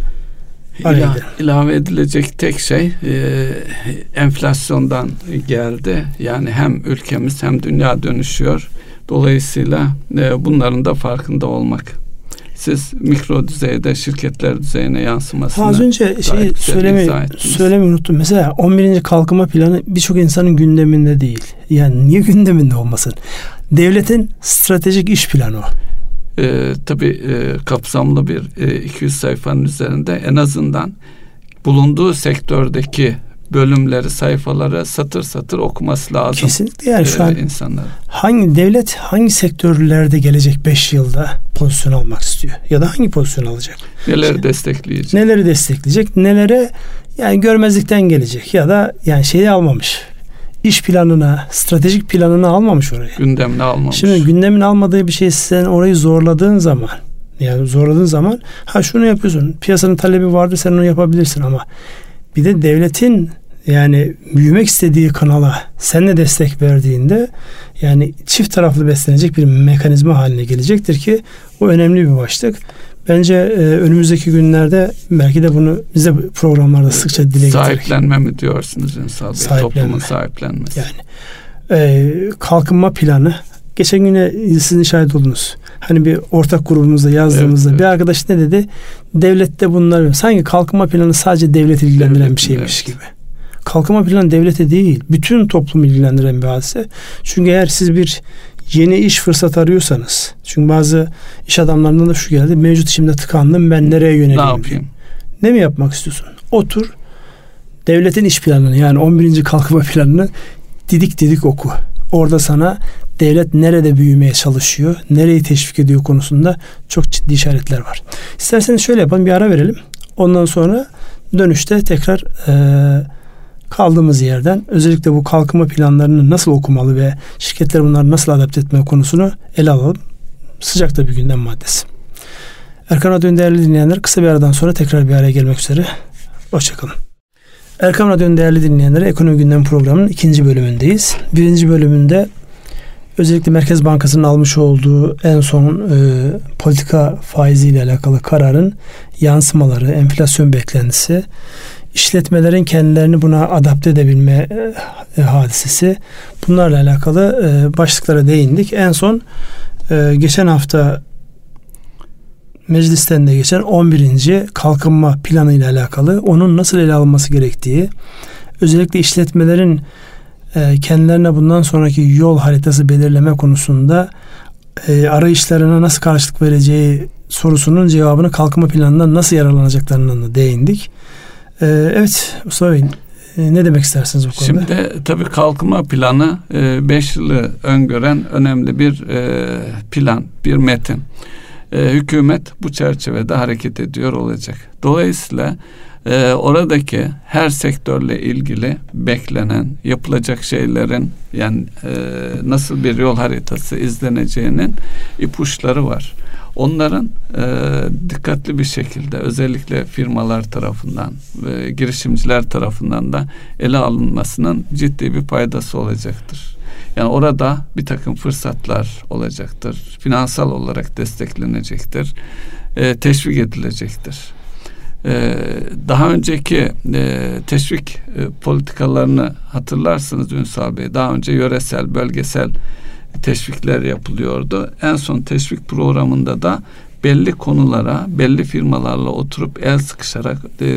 ilave edilecek tek şey enflasyondan geldi. Yani hem ülkemiz hem dünya dönüşüyor. Dolayısıyla bunların da farkında olmak. Siz mikro düzeyde şirketler düzeyine yansımasını az önce söylemeyi unuttum. Mesela 11. kalkınma planı birçok insanın gündeminde değil. Yani niye gündeminde olmasın? Devletin stratejik iş planı o. Tabii kapsamlı bir 200 sayfanın üzerinde en azından bulunduğu sektördeki bölümleri, sayfaları satır satır okuması lazım. Kesinlikle, yani şu an insanlar. Devlet hangi sektörlerde gelecek 5 yılda pozisyon almak istiyor? Ya da hangi pozisyon alacak? Neleri destekleyecek? Neleri destekleyecek? Nelere yani görmezlikten gelecek ya da yani şeyi almamış. İş planına, stratejik planını almamış oraya. Gündemini almamış. Şimdi gündemin almadığı bir şey, sen orayı zorladığın zaman şunu yapıyorsun. Piyasanın talebi vardır, sen onu yapabilirsin ama bir de devletin yani büyümek istediği kanala sen de destek verdiğinde yani çift taraflı beslenecek bir mekanizma haline gelecektir ki o önemli bir başlık. Bence önümüzdeki günlerde belki de bunu biz de programlarda sıkça dile getirdik. Sahiplenme mi diyorsunuz Ünsal Bey? Toplumun sahiplenmesi. Yani kalkınma planı. Geçen güne sizin şahit oldunuz. Hani bir ortak grubumuzda yazdığımızda bir arkadaş ne dedi? Devlette bunlar, sanki kalkınma planı sadece devlet ilgilendiren bir şeymiş gibi. Kalkınma planı devlete değil, bütün toplumu ilgilendiren bir hadise. Çünkü eğer siz bir yeni iş fırsatı arıyorsanız, çünkü bazı iş adamlarından da şu geldi: mevcut işimde tıkandım, ben nereye yöneleyim? Ne yapayım? Ne mi yapmak istiyorsun? Otur, devletin iş planını, yani 11. kalkınma planını didik didik oku. Orada sana devlet nerede büyümeye çalışıyor, nereyi teşvik ediyor konusunda çok ciddi işaretler var. İsterseniz şöyle yapalım, bir ara verelim. Ondan sonra dönüşte tekrar kaldığımız yerden özellikle bu kalkınma planlarını nasıl okumalı ve şirketler bunları nasıl adapte etme konusunu ele alalım. Sıcak da bir gündem maddesi. Erkam Radyo'nun değerli dinleyenler, kısa bir aradan sonra tekrar bir araya gelmek üzere. Hoşçakalın. Erkam Radyo'nun değerli dinleyenleri, Ekonomi Gündemi programının 2. bölümündeyiz. 1. bölümünde özellikle Merkez Bankası'nın almış olduğu en son politika faiziyle alakalı kararın yansımaları, enflasyon beklentisi, işletmelerin kendilerini buna adapte edebilme hadisesi, bunlarla alakalı başlıklara değindik. En son geçen hafta meclisten de geçen 11. kalkınma planı ile alakalı, onun nasıl ele alınması gerektiği, özellikle işletmelerin kendilerine bundan sonraki yol haritası belirleme konusunda arayışlarına nasıl karşılık vereceği sorusunun cevabını kalkınma planından nasıl yararlanacaklarından da değindik. Evet Mustafa Bey, ne demek istersiniz bu konuda? Şimdi tabii kalkınma planı 5 yılı öngören önemli bir plan, bir metin. Hükümet bu çerçevede hareket ediyor olacak. Dolayısıyla oradaki her sektörle ilgili beklenen, yapılacak şeylerin yani nasıl bir yol haritası izleneceğinin ipuçları var. Onların dikkatli bir şekilde özellikle firmalar tarafından ve girişimciler tarafından da ele alınmasının ciddi bir faydası olacaktır. Yani orada bir takım fırsatlar olacaktır. Finansal olarak desteklenecektir. Teşvik edilecektir. Daha önceki teşvik politikalarını hatırlarsınız Ünsal Bey. Daha önce yöresel, bölgesel teşvikler yapılıyordu. En son teşvik programında da belli konulara, belli firmalarla oturup el sıkışarak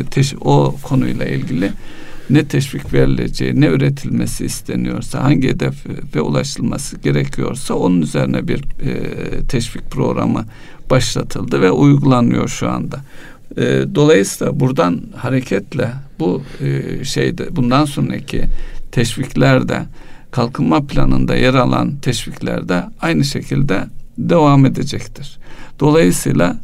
o konuyla ilgili ne teşvik verileceği, ne üretilmesi isteniyorsa, hangi hedefe ulaşılması gerekiyorsa onun üzerine bir teşvik programı başlatıldı ve uygulanıyor şu anda. Dolayısıyla buradan hareketle bu bundan sonraki teşviklerde, kalkınma planında yer alan teşviklerde aynı şekilde devam edecektir. Dolayısıyla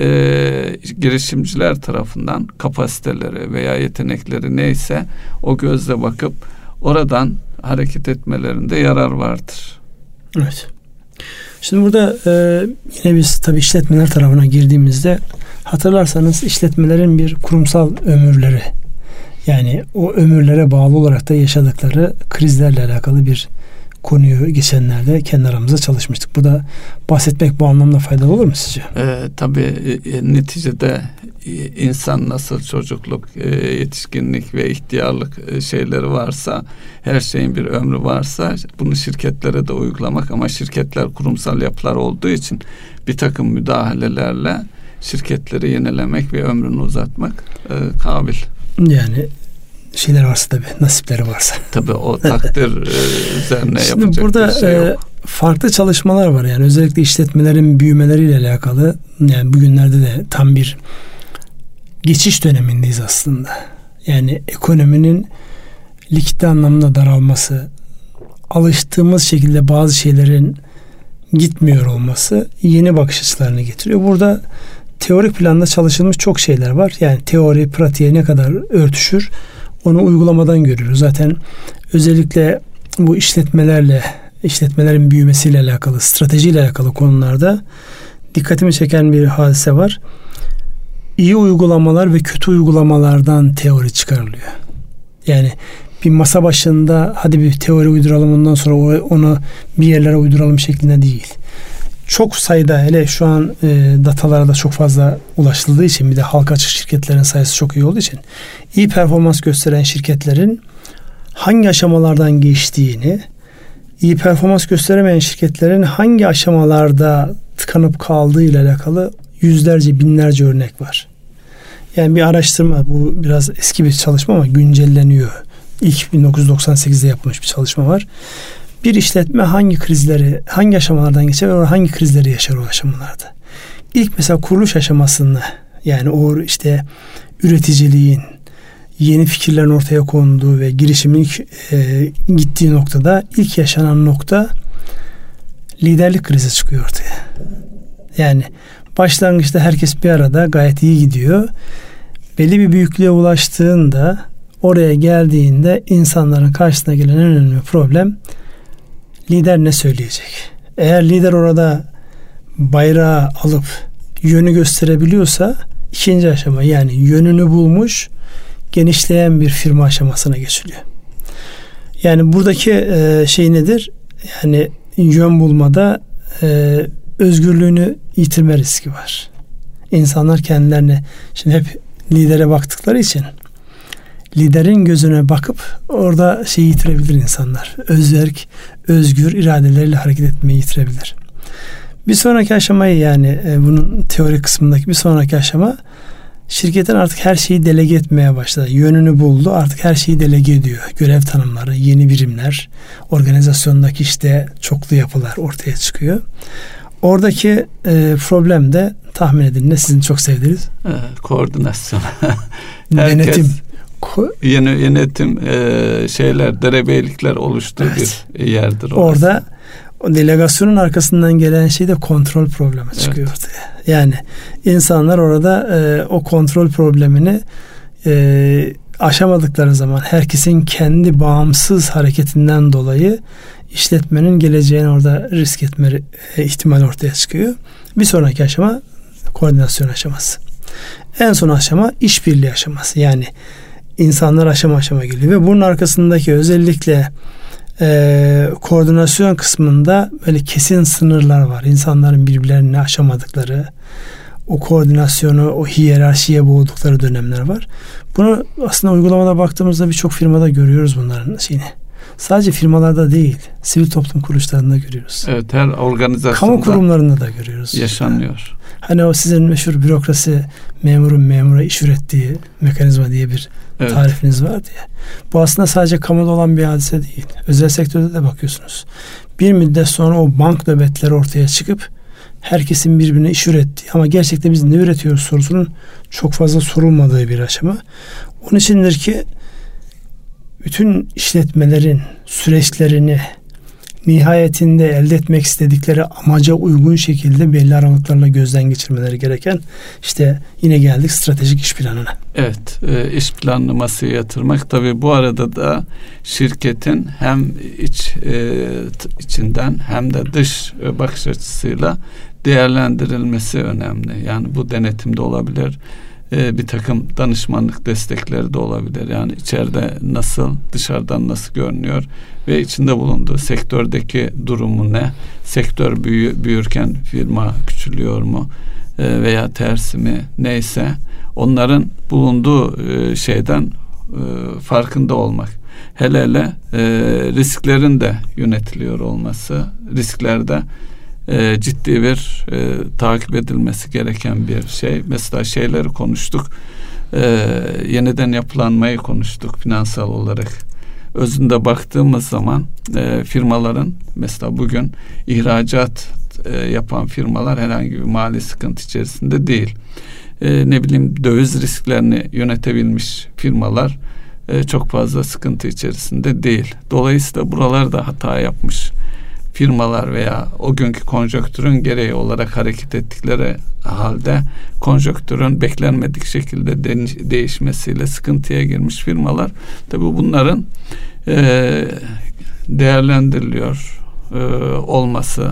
girişimciler tarafından kapasiteleri veya yetenekleri neyse o gözle bakıp oradan hareket etmelerinde yarar vardır. Evet. Şimdi burada yine biz tabii işletmeler tarafına girdiğimizde hatırlarsanız işletmelerin bir kurumsal ömürleri, yani o ömürlere bağlı olarak da yaşadıkları krizlerle alakalı bir konuyu geçenlerde kendi aramızda çalışmıştık. Burada bahsetmek bu anlamda faydalı olur mu sizce? Tabii neticede insan nasıl çocukluk, yetişkinlik ve ihtiyarlık şeyleri varsa, her şeyin bir ömrü varsa bunu şirketlere de uygulamak, ama şirketler kurumsal yapılar olduğu için bir takım müdahalelerle şirketleri yenilemek ve ömrünü uzatmak kabil. Yani şeyler varsa tabii, nasipleri varsa. Tabii o takdir üzerine şimdi yapacak burada bir şey yok. Farklı çalışmalar var. Yani özellikle işletmelerin büyümeleriyle alakalı. Yani bugünlerde de tam bir geçiş dönemindeyiz aslında. Yani ekonominin likidite anlamda daralması, alıştığımız şekilde bazı şeylerin gitmiyor olması yeni bakış açılarını getiriyor. Burada teorik planda çalışılmış çok şeyler var. Yani teori, pratiğe ne kadar örtüşür onu uygulamadan görüyoruz. Zaten özellikle bu işletmelerin büyümesiyle alakalı, stratejiyle alakalı konularda dikkatimi çeken bir hadise var. İyi uygulamalar ve kötü uygulamalardan teori çıkarılıyor. Yani bir masa başında hadi bir teori uyduralım, ondan sonra onu bir yerlere uyduralım şeklinde değil. Çok sayıda, hele şu an datalara da çok fazla ulaşıldığı için, bir de halka açık şirketlerin sayısı çok iyi olduğu için iyi performans gösteren şirketlerin hangi aşamalardan geçtiğini, iyi performans gösteremeyen şirketlerin hangi aşamalarda tıkanıp kaldığı ile alakalı yüzlerce, binlerce örnek var. Yani bir araştırma, bu biraz eski bir çalışma ama güncelleniyor. İlk 1998'de yapılmış bir çalışma var. Bir işletme hangi aşamalardan geçer ve hangi krizleri yaşar o aşamalarda. İlk mesela kuruluş aşamasında, yani o işte üreticiliğin, yeni fikirlerin ortaya konduğu ve girişimin gittiği noktada ilk yaşanan nokta liderlik krizi çıkıyor ortaya. Yani başlangıçta herkes bir arada gayet iyi gidiyor. Belli bir büyüklüğe ulaştığında, oraya geldiğinde insanların karşısına gelen en önemli problem lider ne söyleyecek? Eğer lider orada bayrağı alıp yönü gösterebiliyorsa ikinci aşama, yani yönünü bulmuş genişleyen bir firma aşamasına geçiliyor. Yani buradaki şey nedir? Yani yön bulmada özgürlüğünü yitirme riski var. İnsanlar kendilerine, şimdi hep lidere baktıkları için liderin gözüne bakıp orada şeyi yitirebilir insanlar. Özgür iradeleriyle hareket etmeyi yitirebilir. Bir sonraki aşamayı, yani bunun teorik kısmındaki bir sonraki aşama, şirketin artık her şeyi delege etmeye başladı. Yönünü buldu, artık her şeyi delege ediyor. Görev tanımları, yeni birimler, organizasyondaki işte çoklu yapılar ortaya çıkıyor. Oradaki problem de tahmin edin ne, sizin çok sevdiğiniz? Koordinasyon. Yönetim. Yönetim derebeylikler oluştuğu bir yerdir orası. Orada o delegasyonun arkasından gelen şey de kontrol problemi çıkıyor ortaya. Yani insanlar orada o kontrol problemini aşamadıkları zaman herkesin kendi bağımsız hareketinden dolayı işletmenin geleceğini orada risk etme ihtimali ortaya çıkıyor. Bir sonraki aşama koordinasyon aşaması. En son aşama işbirliği aşaması. Yani insanlar aşama aşama geliyor ve bunun arkasındaki özellikle koordinasyon kısmında böyle kesin sınırlar var. İnsanların birbirlerini aşamadıkları, o koordinasyonu, o hiyerarşiye boğdukları dönemler var. Bunu aslında uygulamada baktığımızda birçok firmada görüyoruz bunların şeyini. Sadece firmalarda değil, sivil toplum kuruluşlarında görüyoruz. Evet, her organizasyonda, kamu kurumlarında da görüyoruz. Yaşanıyor. Hani o sizin meşhur bürokrasi, memurun memura iş ürettiği mekanizma diye bir tarifiniz vardı ya. Bu aslında sadece kamuda olan bir hadise değil. Özel sektörde de bakıyorsunuz. Bir müddet sonra o bank nöbetleri ortaya çıkıp herkesin birbirine iş ürettiği ama gerçekten biz ne üretiyoruz sorusunun çok fazla sorulmadığı bir aşama. Onun içindir ki bütün işletmelerin süreçlerini nihayetinde elde etmek istedikleri amaca uygun şekilde belli aralıklarla gözden geçirmeleri gereken, işte yine geldik stratejik iş planına. Evet, iş planlaması yatırmak. Tabii bu arada da şirketin hem içinden hem de dış bakış açısıyla değerlendirilmesi önemli. Yani bu denetimde olabilir. Bir takım danışmanlık destekleri de olabilir. Yani içeride nasıl, dışarıdan nasıl görünüyor ve içinde bulunduğu sektördeki durumu ne? Sektör büyürken firma küçülüyor mu? Veya tersi mi? Neyse, onların bulunduğu şeyden farkında olmak. Hele hele risklerin de yönetiliyor olması, risklerde ciddi bir takip edilmesi gereken bir şey. Mesela şeyleri konuştuk. Yeniden yapılanmayı konuştuk finansal olarak. Özünde baktığımız zaman firmaların, mesela bugün ihracat yapan firmalar herhangi bir mali sıkıntı içerisinde değil. Döviz risklerini yönetebilmiş firmalar çok fazla sıkıntı içerisinde değil. Dolayısıyla buralarda hata yapmış firmalar veya o günkü konjonktürün gereği olarak hareket ettikleri halde konjonktürün beklenmedik şekilde değişmesiyle sıkıntıya girmiş firmalar, tabii bunların değerlendiriliyor olması,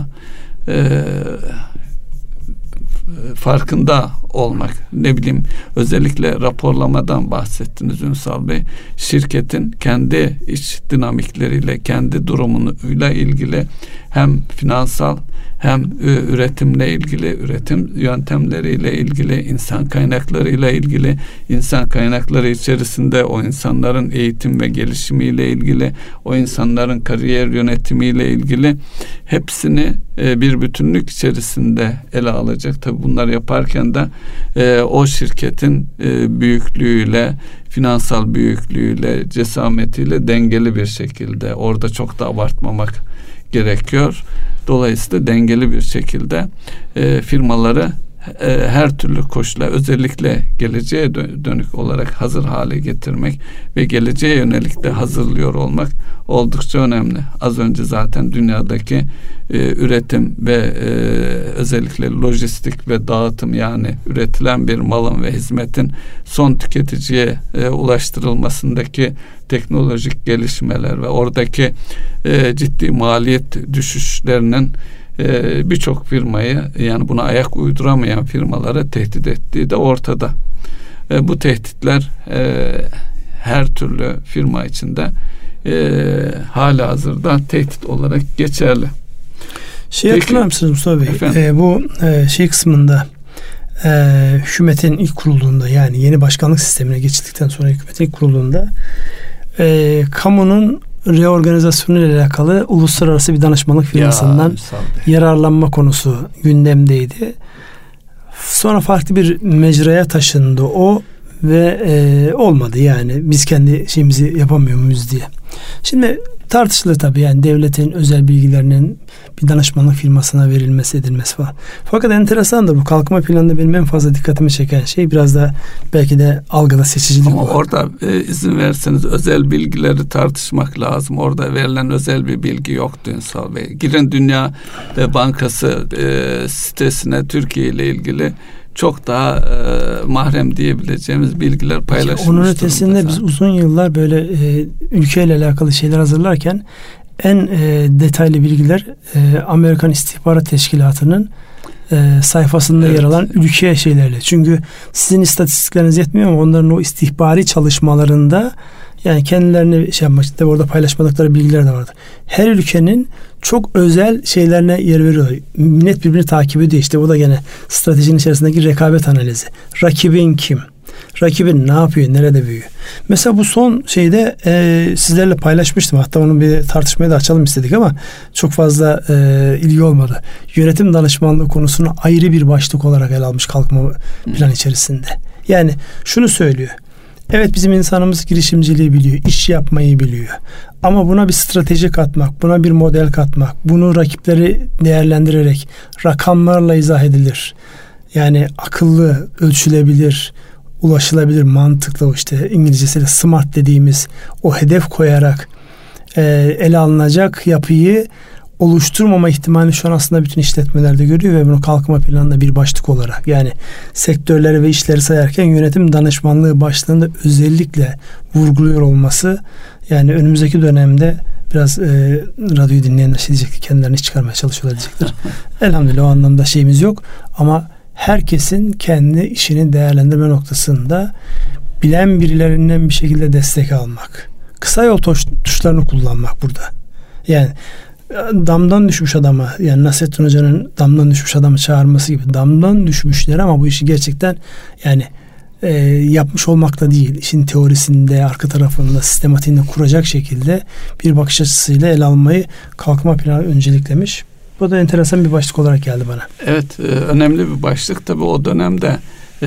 farkında olmak, özellikle raporlamadan bahsettiniz Ünsal Bey. Şirketin kendi iç dinamikleriyle, kendi durumuyla ilgili hem finansal hem üretimle ilgili, üretim yöntemleriyle ilgili, insan kaynaklarıyla ilgili, insan kaynakları içerisinde o insanların eğitim ve gelişimiyle ilgili, o insanların kariyer yönetimiyle ilgili hepsini bir bütünlük içerisinde ele alacak. Tabii bunları yaparken de o şirketin büyüklüğüyle, finansal büyüklüğüyle, cesametiyle dengeli bir şekilde, orada çok da abartmamak gerekiyor. Dolayısıyla dengeli bir şekilde firmaları her türlü koşula, özellikle geleceğe dönük olarak hazır hale getirmek ve geleceğe yönelik de hazırlıyor olmak oldukça önemli. Az önce zaten dünyadaki üretim ve özellikle lojistik ve dağıtım, yani üretilen bir malın ve hizmetin son tüketiciye ulaştırılmasındaki teknolojik gelişmeler ve oradaki ciddi maliyet düşüşlerinin birçok firmayı, yani buna ayak uyduramayan firmalara tehdit ettiği de ortada. Bu tehditler her türlü firma içinde halihazırda tehdit olarak geçerli. Hatırlar mısınız Mustafa Bey? Bu şey kısmında hükümetin ilk kurulduğunda, yani yeni başkanlık sistemine geçildikten sonra hükümetin ilk kurulduğunda kamunun reorganizasyonu ile alakalı uluslararası bir danışmanlık firmasından yararlanma konusu gündemdeydi. Sonra farklı bir mecraya taşındı o ve olmadı, yani biz kendi şeyimizi yapamıyor muyuz diye. Şimdi tartışılır tabii, yani devletin özel bilgilerinin bir danışmanlık firmasına verilmesi, edilmesi falan. Fakat enteresandır, bu kalkınma planında benim en fazla dikkatimi çeken şey biraz da belki de algıda seçicilik. Ama orada izin verseniz özel bilgileri tartışmak lazım. Orada verilen özel bir bilgi yoktu Ünsal Bey. Girin Dünya Bankası sitesine Türkiye ile ilgili çok daha mahrem diyebileceğimiz bilgiler paylaşılmış. Onun ötesinde biz uzun yıllar böyle ülkeyle alakalı şeyler hazırlarken en detaylı bilgiler Amerikan İstihbarat Teşkilatı'nın sayfasında yer alan ülke şeylerle. Çünkü sizin istatistikleriniz yetmiyor ama onların o istihbari çalışmalarında yani kendilerini şey yapmak için orada paylaşmadıkları bilgiler de vardır. Her ülkenin çok özel şeylerine yer veriyor. Millet birbirini takip ediyor. İşte bu da gene stratejinin içerisindeki rekabet analizi. Rakibin kim? Rakibin ne yapıyor? Nerede büyüyor? Mesela bu son şeyde sizlerle paylaşmıştım. Hatta onu bir tartışmaya da açalım istedik ama çok fazla ilgi olmadı. Yönetim danışmanlığı konusunu ayrı bir başlık olarak ele almış kalkınma planı içerisinde. Yani şunu söylüyor. Evet, bizim insanımız girişimciliği biliyor, iş yapmayı biliyor. Ama buna bir strateji katmak, buna bir model katmak, bunu rakipleri değerlendirerek rakamlarla izah edilir. Yani akıllı, ölçülebilir, ulaşılabilir, mantıklı, işte İngilizcesiyle smart dediğimiz o hedef koyarak ele alınacak yapıyı oluşturmama ihtimalini şu an aslında bütün işletmelerde görüyor ve bunu kalkınma planında bir başlık olarak, yani sektörleri ve işleri sayarken yönetim danışmanlığı başlığında özellikle vurguluyor olması, yani önümüzdeki dönemde biraz radyoyu dinleyenler şey diyecektir, kendilerini çıkarmaya çalışıyorlar diyecektir. Elhamdülillah o anlamda şeyimiz yok ama herkesin kendi işini değerlendirme noktasında bilen birilerinden bir şekilde destek almak. Kısa yol tuşlarını kullanmak burada. Yani damdan düşmüş adamı, yani Nasrettin Hoca'nın damdan düşmüş adamı çağırması gibi damdan düşmüşler ama bu işi gerçekten yani yapmış olmakta değil, işin teorisinde, arka tarafında, sistematiğinde kuracak şekilde bir bakış açısıyla ele almayı kalkınma planı önceliklemiş. Bu da enteresan bir başlık olarak geldi bana. Evet, önemli bir başlık. Tabii o dönemde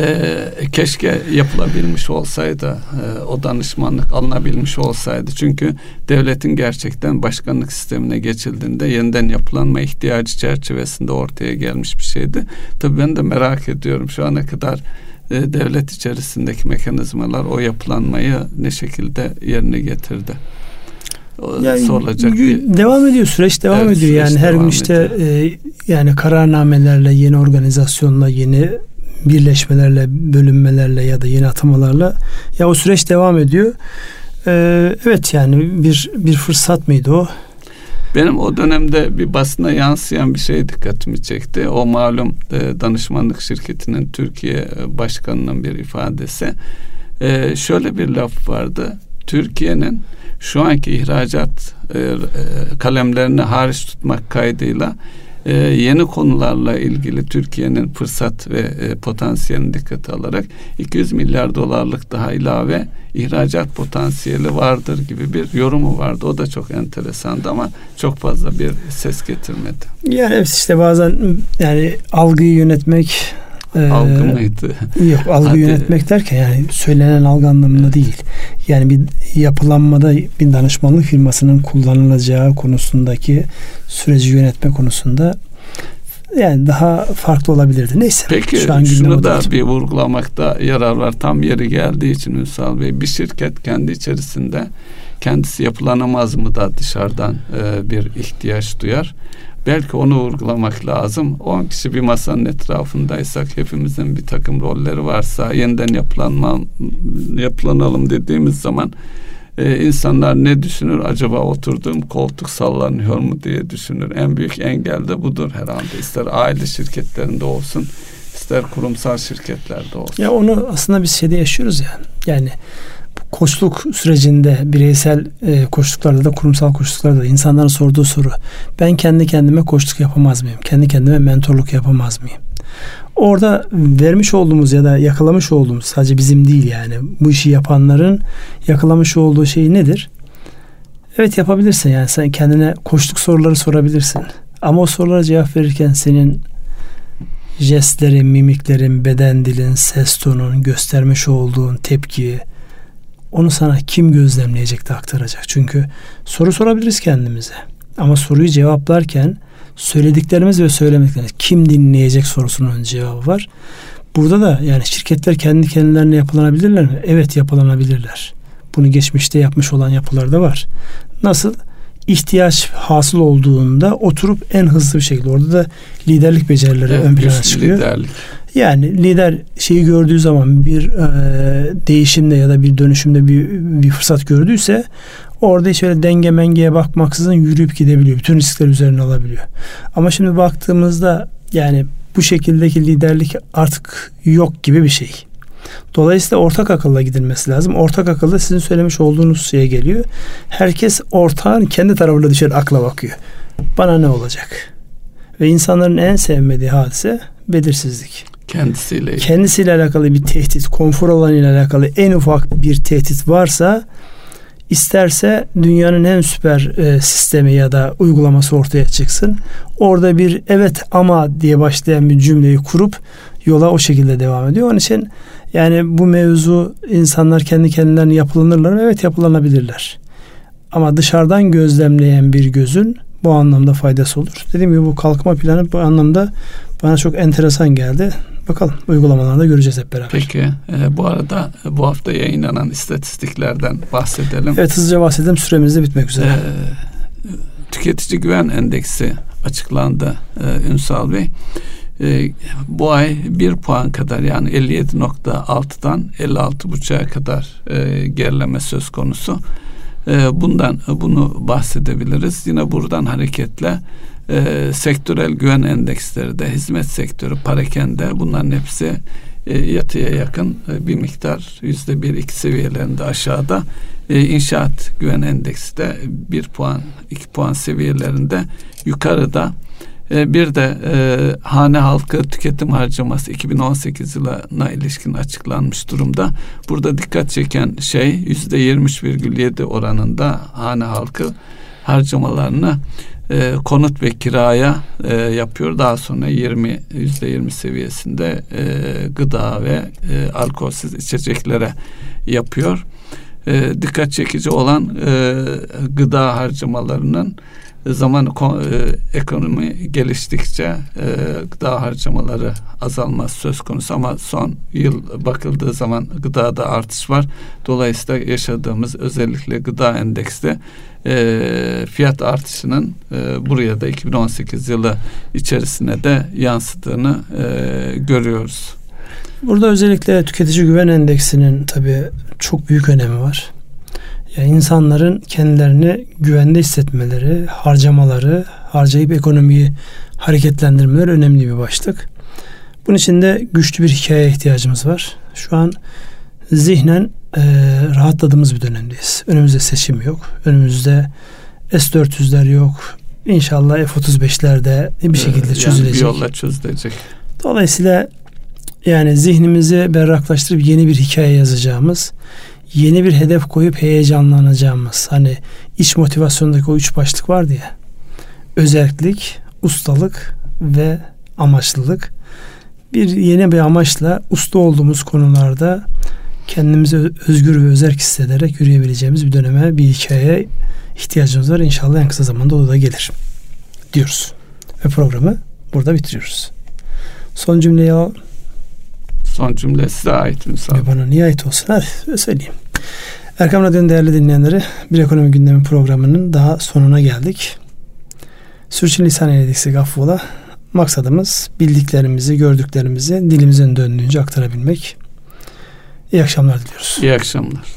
keşke yapılabilmiş olsaydı, o danışmanlık alınabilmiş olsaydı. Çünkü devletin gerçekten başkanlık sistemine geçildiğinde yeniden yapılanma ihtiyacı çerçevesinde ortaya gelmiş bir şeydi. Tabii ben de merak ediyorum şu ana kadar devlet içerisindeki mekanizmalar o yapılanmayı ne şekilde yerine getirdi. Yani devam ediyor, süreç devam ediyor. Yani her gün işte yani kararnamelerle, yeni organizasyonla, yeni birleşmelerle, bölünmelerle ya da yeni atamalarla ya o süreç devam ediyor. Evet, yani bir fırsat mıydı o? Benim o dönemde bir basına yansıyan bir şey dikkatimi çekti. O malum danışmanlık şirketinin Türkiye başkanının bir ifadesi. Şöyle bir laf vardı. Türkiye'nin şu anki ihracat kalemlerini hariç tutmak kaydıyla yeni konularla ilgili Türkiye'nin fırsat ve potansiyelini dikkate alarak 200 milyar dolarlık daha ilave ihracat potansiyeli vardır gibi bir yorumu vardı. O da çok enteresandı ama çok fazla bir ses getirmedi. Yani evet, işte bazen yani algıyı yönetmek algı mıydı? Yok, algı yönetmek derken yani söylenen algı anlamında değil. Yani bir yapılanmada bir danışmanlık firmasının kullanılacağı konusundaki süreci yönetme konusunda yani daha farklı olabilirdi. Neyse. Peki şunu da bir vurgulamakta yarar var. Tam yeri geldiği için Ünsal Bey, bir şirket kendi içerisinde kendisi yapılanamaz mı da dışarıdan bir ihtiyaç duyar. Belki onu vurgulamak lazım. 10 kişi bir masanın etrafındaysak, hepimizin bir takım rolleri varsa, yeniden yapılanalım dediğimiz zaman insanlar ne düşünür? Acaba oturduğum koltuk sallanıyor mu diye düşünür. En büyük engel de budur herhalde. İster aile şirketlerinde olsun, ister kurumsal şirketlerde olsun. Ya onu aslında biz şeyde yaşıyoruz ya. Yani koçluk sürecinde, bireysel koçluklarda da, kurumsal koçluklarda da insanların sorduğu soru: ben kendi kendime koçluk yapamaz mıyım? Kendi kendime mentorluk yapamaz mıyım? Orada vermiş olduğumuz ya da yakalamış olduğumuz, sadece bizim değil yani, bu işi yapanların yakalamış olduğu şey nedir? Evet, yapabilirsin, yani sen kendine koçluk soruları sorabilirsin. Ama o sorulara cevap verirken senin jestlerin, mimiklerin, beden dilin, ses tonun, göstermiş olduğun tepki, onu sana kim gözlemleyecek de aktaracak? Çünkü soru sorabiliriz kendimize. Ama soruyu cevaplarken söylediklerimiz ve söylemediklerimiz kim dinleyecek sorusunun önce cevabı var. Burada da yani şirketler kendi kendilerine yapılanabilirler mi? Evet, yapılanabilirler. Bunu geçmişte yapmış olan yapılar da var. Nasıl? İhtiyaç hasıl olduğunda oturup en hızlı bir şekilde, orada da liderlik becerileri ön plana çıkıyor. Liderlik. Yani lider şeyi gördüğü zaman bir değişimde ya da bir dönüşümde bir fırsat gördüyse orada hiç öyle denge mengeye bakmaksızın yürüyüp gidebiliyor. Bütün riskler üzerine alabiliyor. Ama şimdi baktığımızda yani bu şekildeki liderlik artık yok gibi bir şey. Dolayısıyla ortak akılla gidilmesi lazım. Ortak akılda sizin söylemiş olduğunuz şeye geliyor. Herkes ortağın kendi tarafına düşen akla bakıyor. Bana ne olacak? Ve insanların en sevmediği hadise belirsizlik. Kendisiyle alakalı bir tehdit, konfor alanıyla alakalı en ufak bir tehdit varsa, isterse dünyanın en süper sistemi ya da uygulaması ortaya çıksın. Orada bir evet ama diye başlayan bir cümleyi kurup yola o şekilde devam ediyor. Onun için yani bu mevzu, insanlar kendi kendilerine yapılanırlar mı? Evet, yapılanabilirler. Ama dışarıdan gözlemleyen bir gözün bu anlamda faydası olur. Dediğim gibi bu kalkınma planı bu anlamda bana çok enteresan geldi. Bakalım uygulamalarda göreceğiz hep beraber. Peki bu arada bu hafta yayınlanan istatistiklerden bahsedelim. Evet, hızlıca bahsedelim. Süremiz de bitmek üzere. Tüketici güven endeksi açıklandı Ünsal Bey. Bu ay 1 puan kadar, yani 57.6'dan 56.5'a kadar gerileme söz konusu. Bunu bahsedebiliriz. Yine buradan hareketle sektörel güven endeksleri de, hizmet sektörü, parakende, bunların hepsi yatıya yakın bir miktar %1-2 seviyelerinde aşağıda. İnşaat güven endeksi de 1 puan 2 puan seviyelerinde yukarıda. Bir de hane halkı tüketim harcaması 2018 yılına ilişkin açıklanmış durumda. Burada dikkat çeken şey %23,7 oranında hane halkı harcamalarını konut ve kiraya yapıyor. Daha sonra %20 seviyesinde gıda ve alkolsüz içeceklere yapıyor. Dikkat çekici olan gıda harcamalarının ekonomi geliştikçe gıda harcamaları azalması söz konusu, ama son yıl bakıldığı zaman gıdada artış var. Dolayısıyla yaşadığımız özellikle gıda endeksli fiyat artışının buraya da 2018 yılı içerisine de yansıdığını görüyoruz. Burada özellikle tüketici güven endeksinin tabii çok büyük önemi var. Yani insanların kendilerini güvende hissetmeleri, harcamaları, harcayıp ekonomiyi hareketlendirmeleri önemli bir başlık. Bunun için de güçlü bir hikayeye ihtiyacımız var. Şu an zihnen rahatladığımız bir dönemdeyiz. Önümüzde seçim yok. Önümüzde S-400'ler yok. İnşallah F-35'ler de bir şekilde çözülecek. Bir yolla çözülecek. Dolayısıyla yani zihnimizi berraklaştırıp yeni bir hikaye yazacağımız, yeni bir hedef koyup heyecanlanacağımız, hani iç motivasyondaki o 3 başlık vardı ya, özellik, ustalık ve amaçlılık. Yeni bir amaçla usta olduğumuz konularda kendimizi özgür ve özerk hissederek yürüyebileceğimiz bir döneme, bir hikayeye ihtiyacımız var. İnşallah en kısa zamanda o da gelir diyoruz. Ve programı burada bitiriyoruz. Son cümleyi alalım. Son cümle size ait Ünsal. Bana niye ait olsun? Hadi söyleyeyim. Erkam Radyo'nun değerli dinleyenleri, Bir Ekonomi Gündemi programının daha sonuna geldik. Sürçülisan eylediksek affola. Maksadımız bildiklerimizi, gördüklerimizi dilimizin döndüğünce aktarabilmek. İyi akşamlar diliyoruz. İyi akşamlar.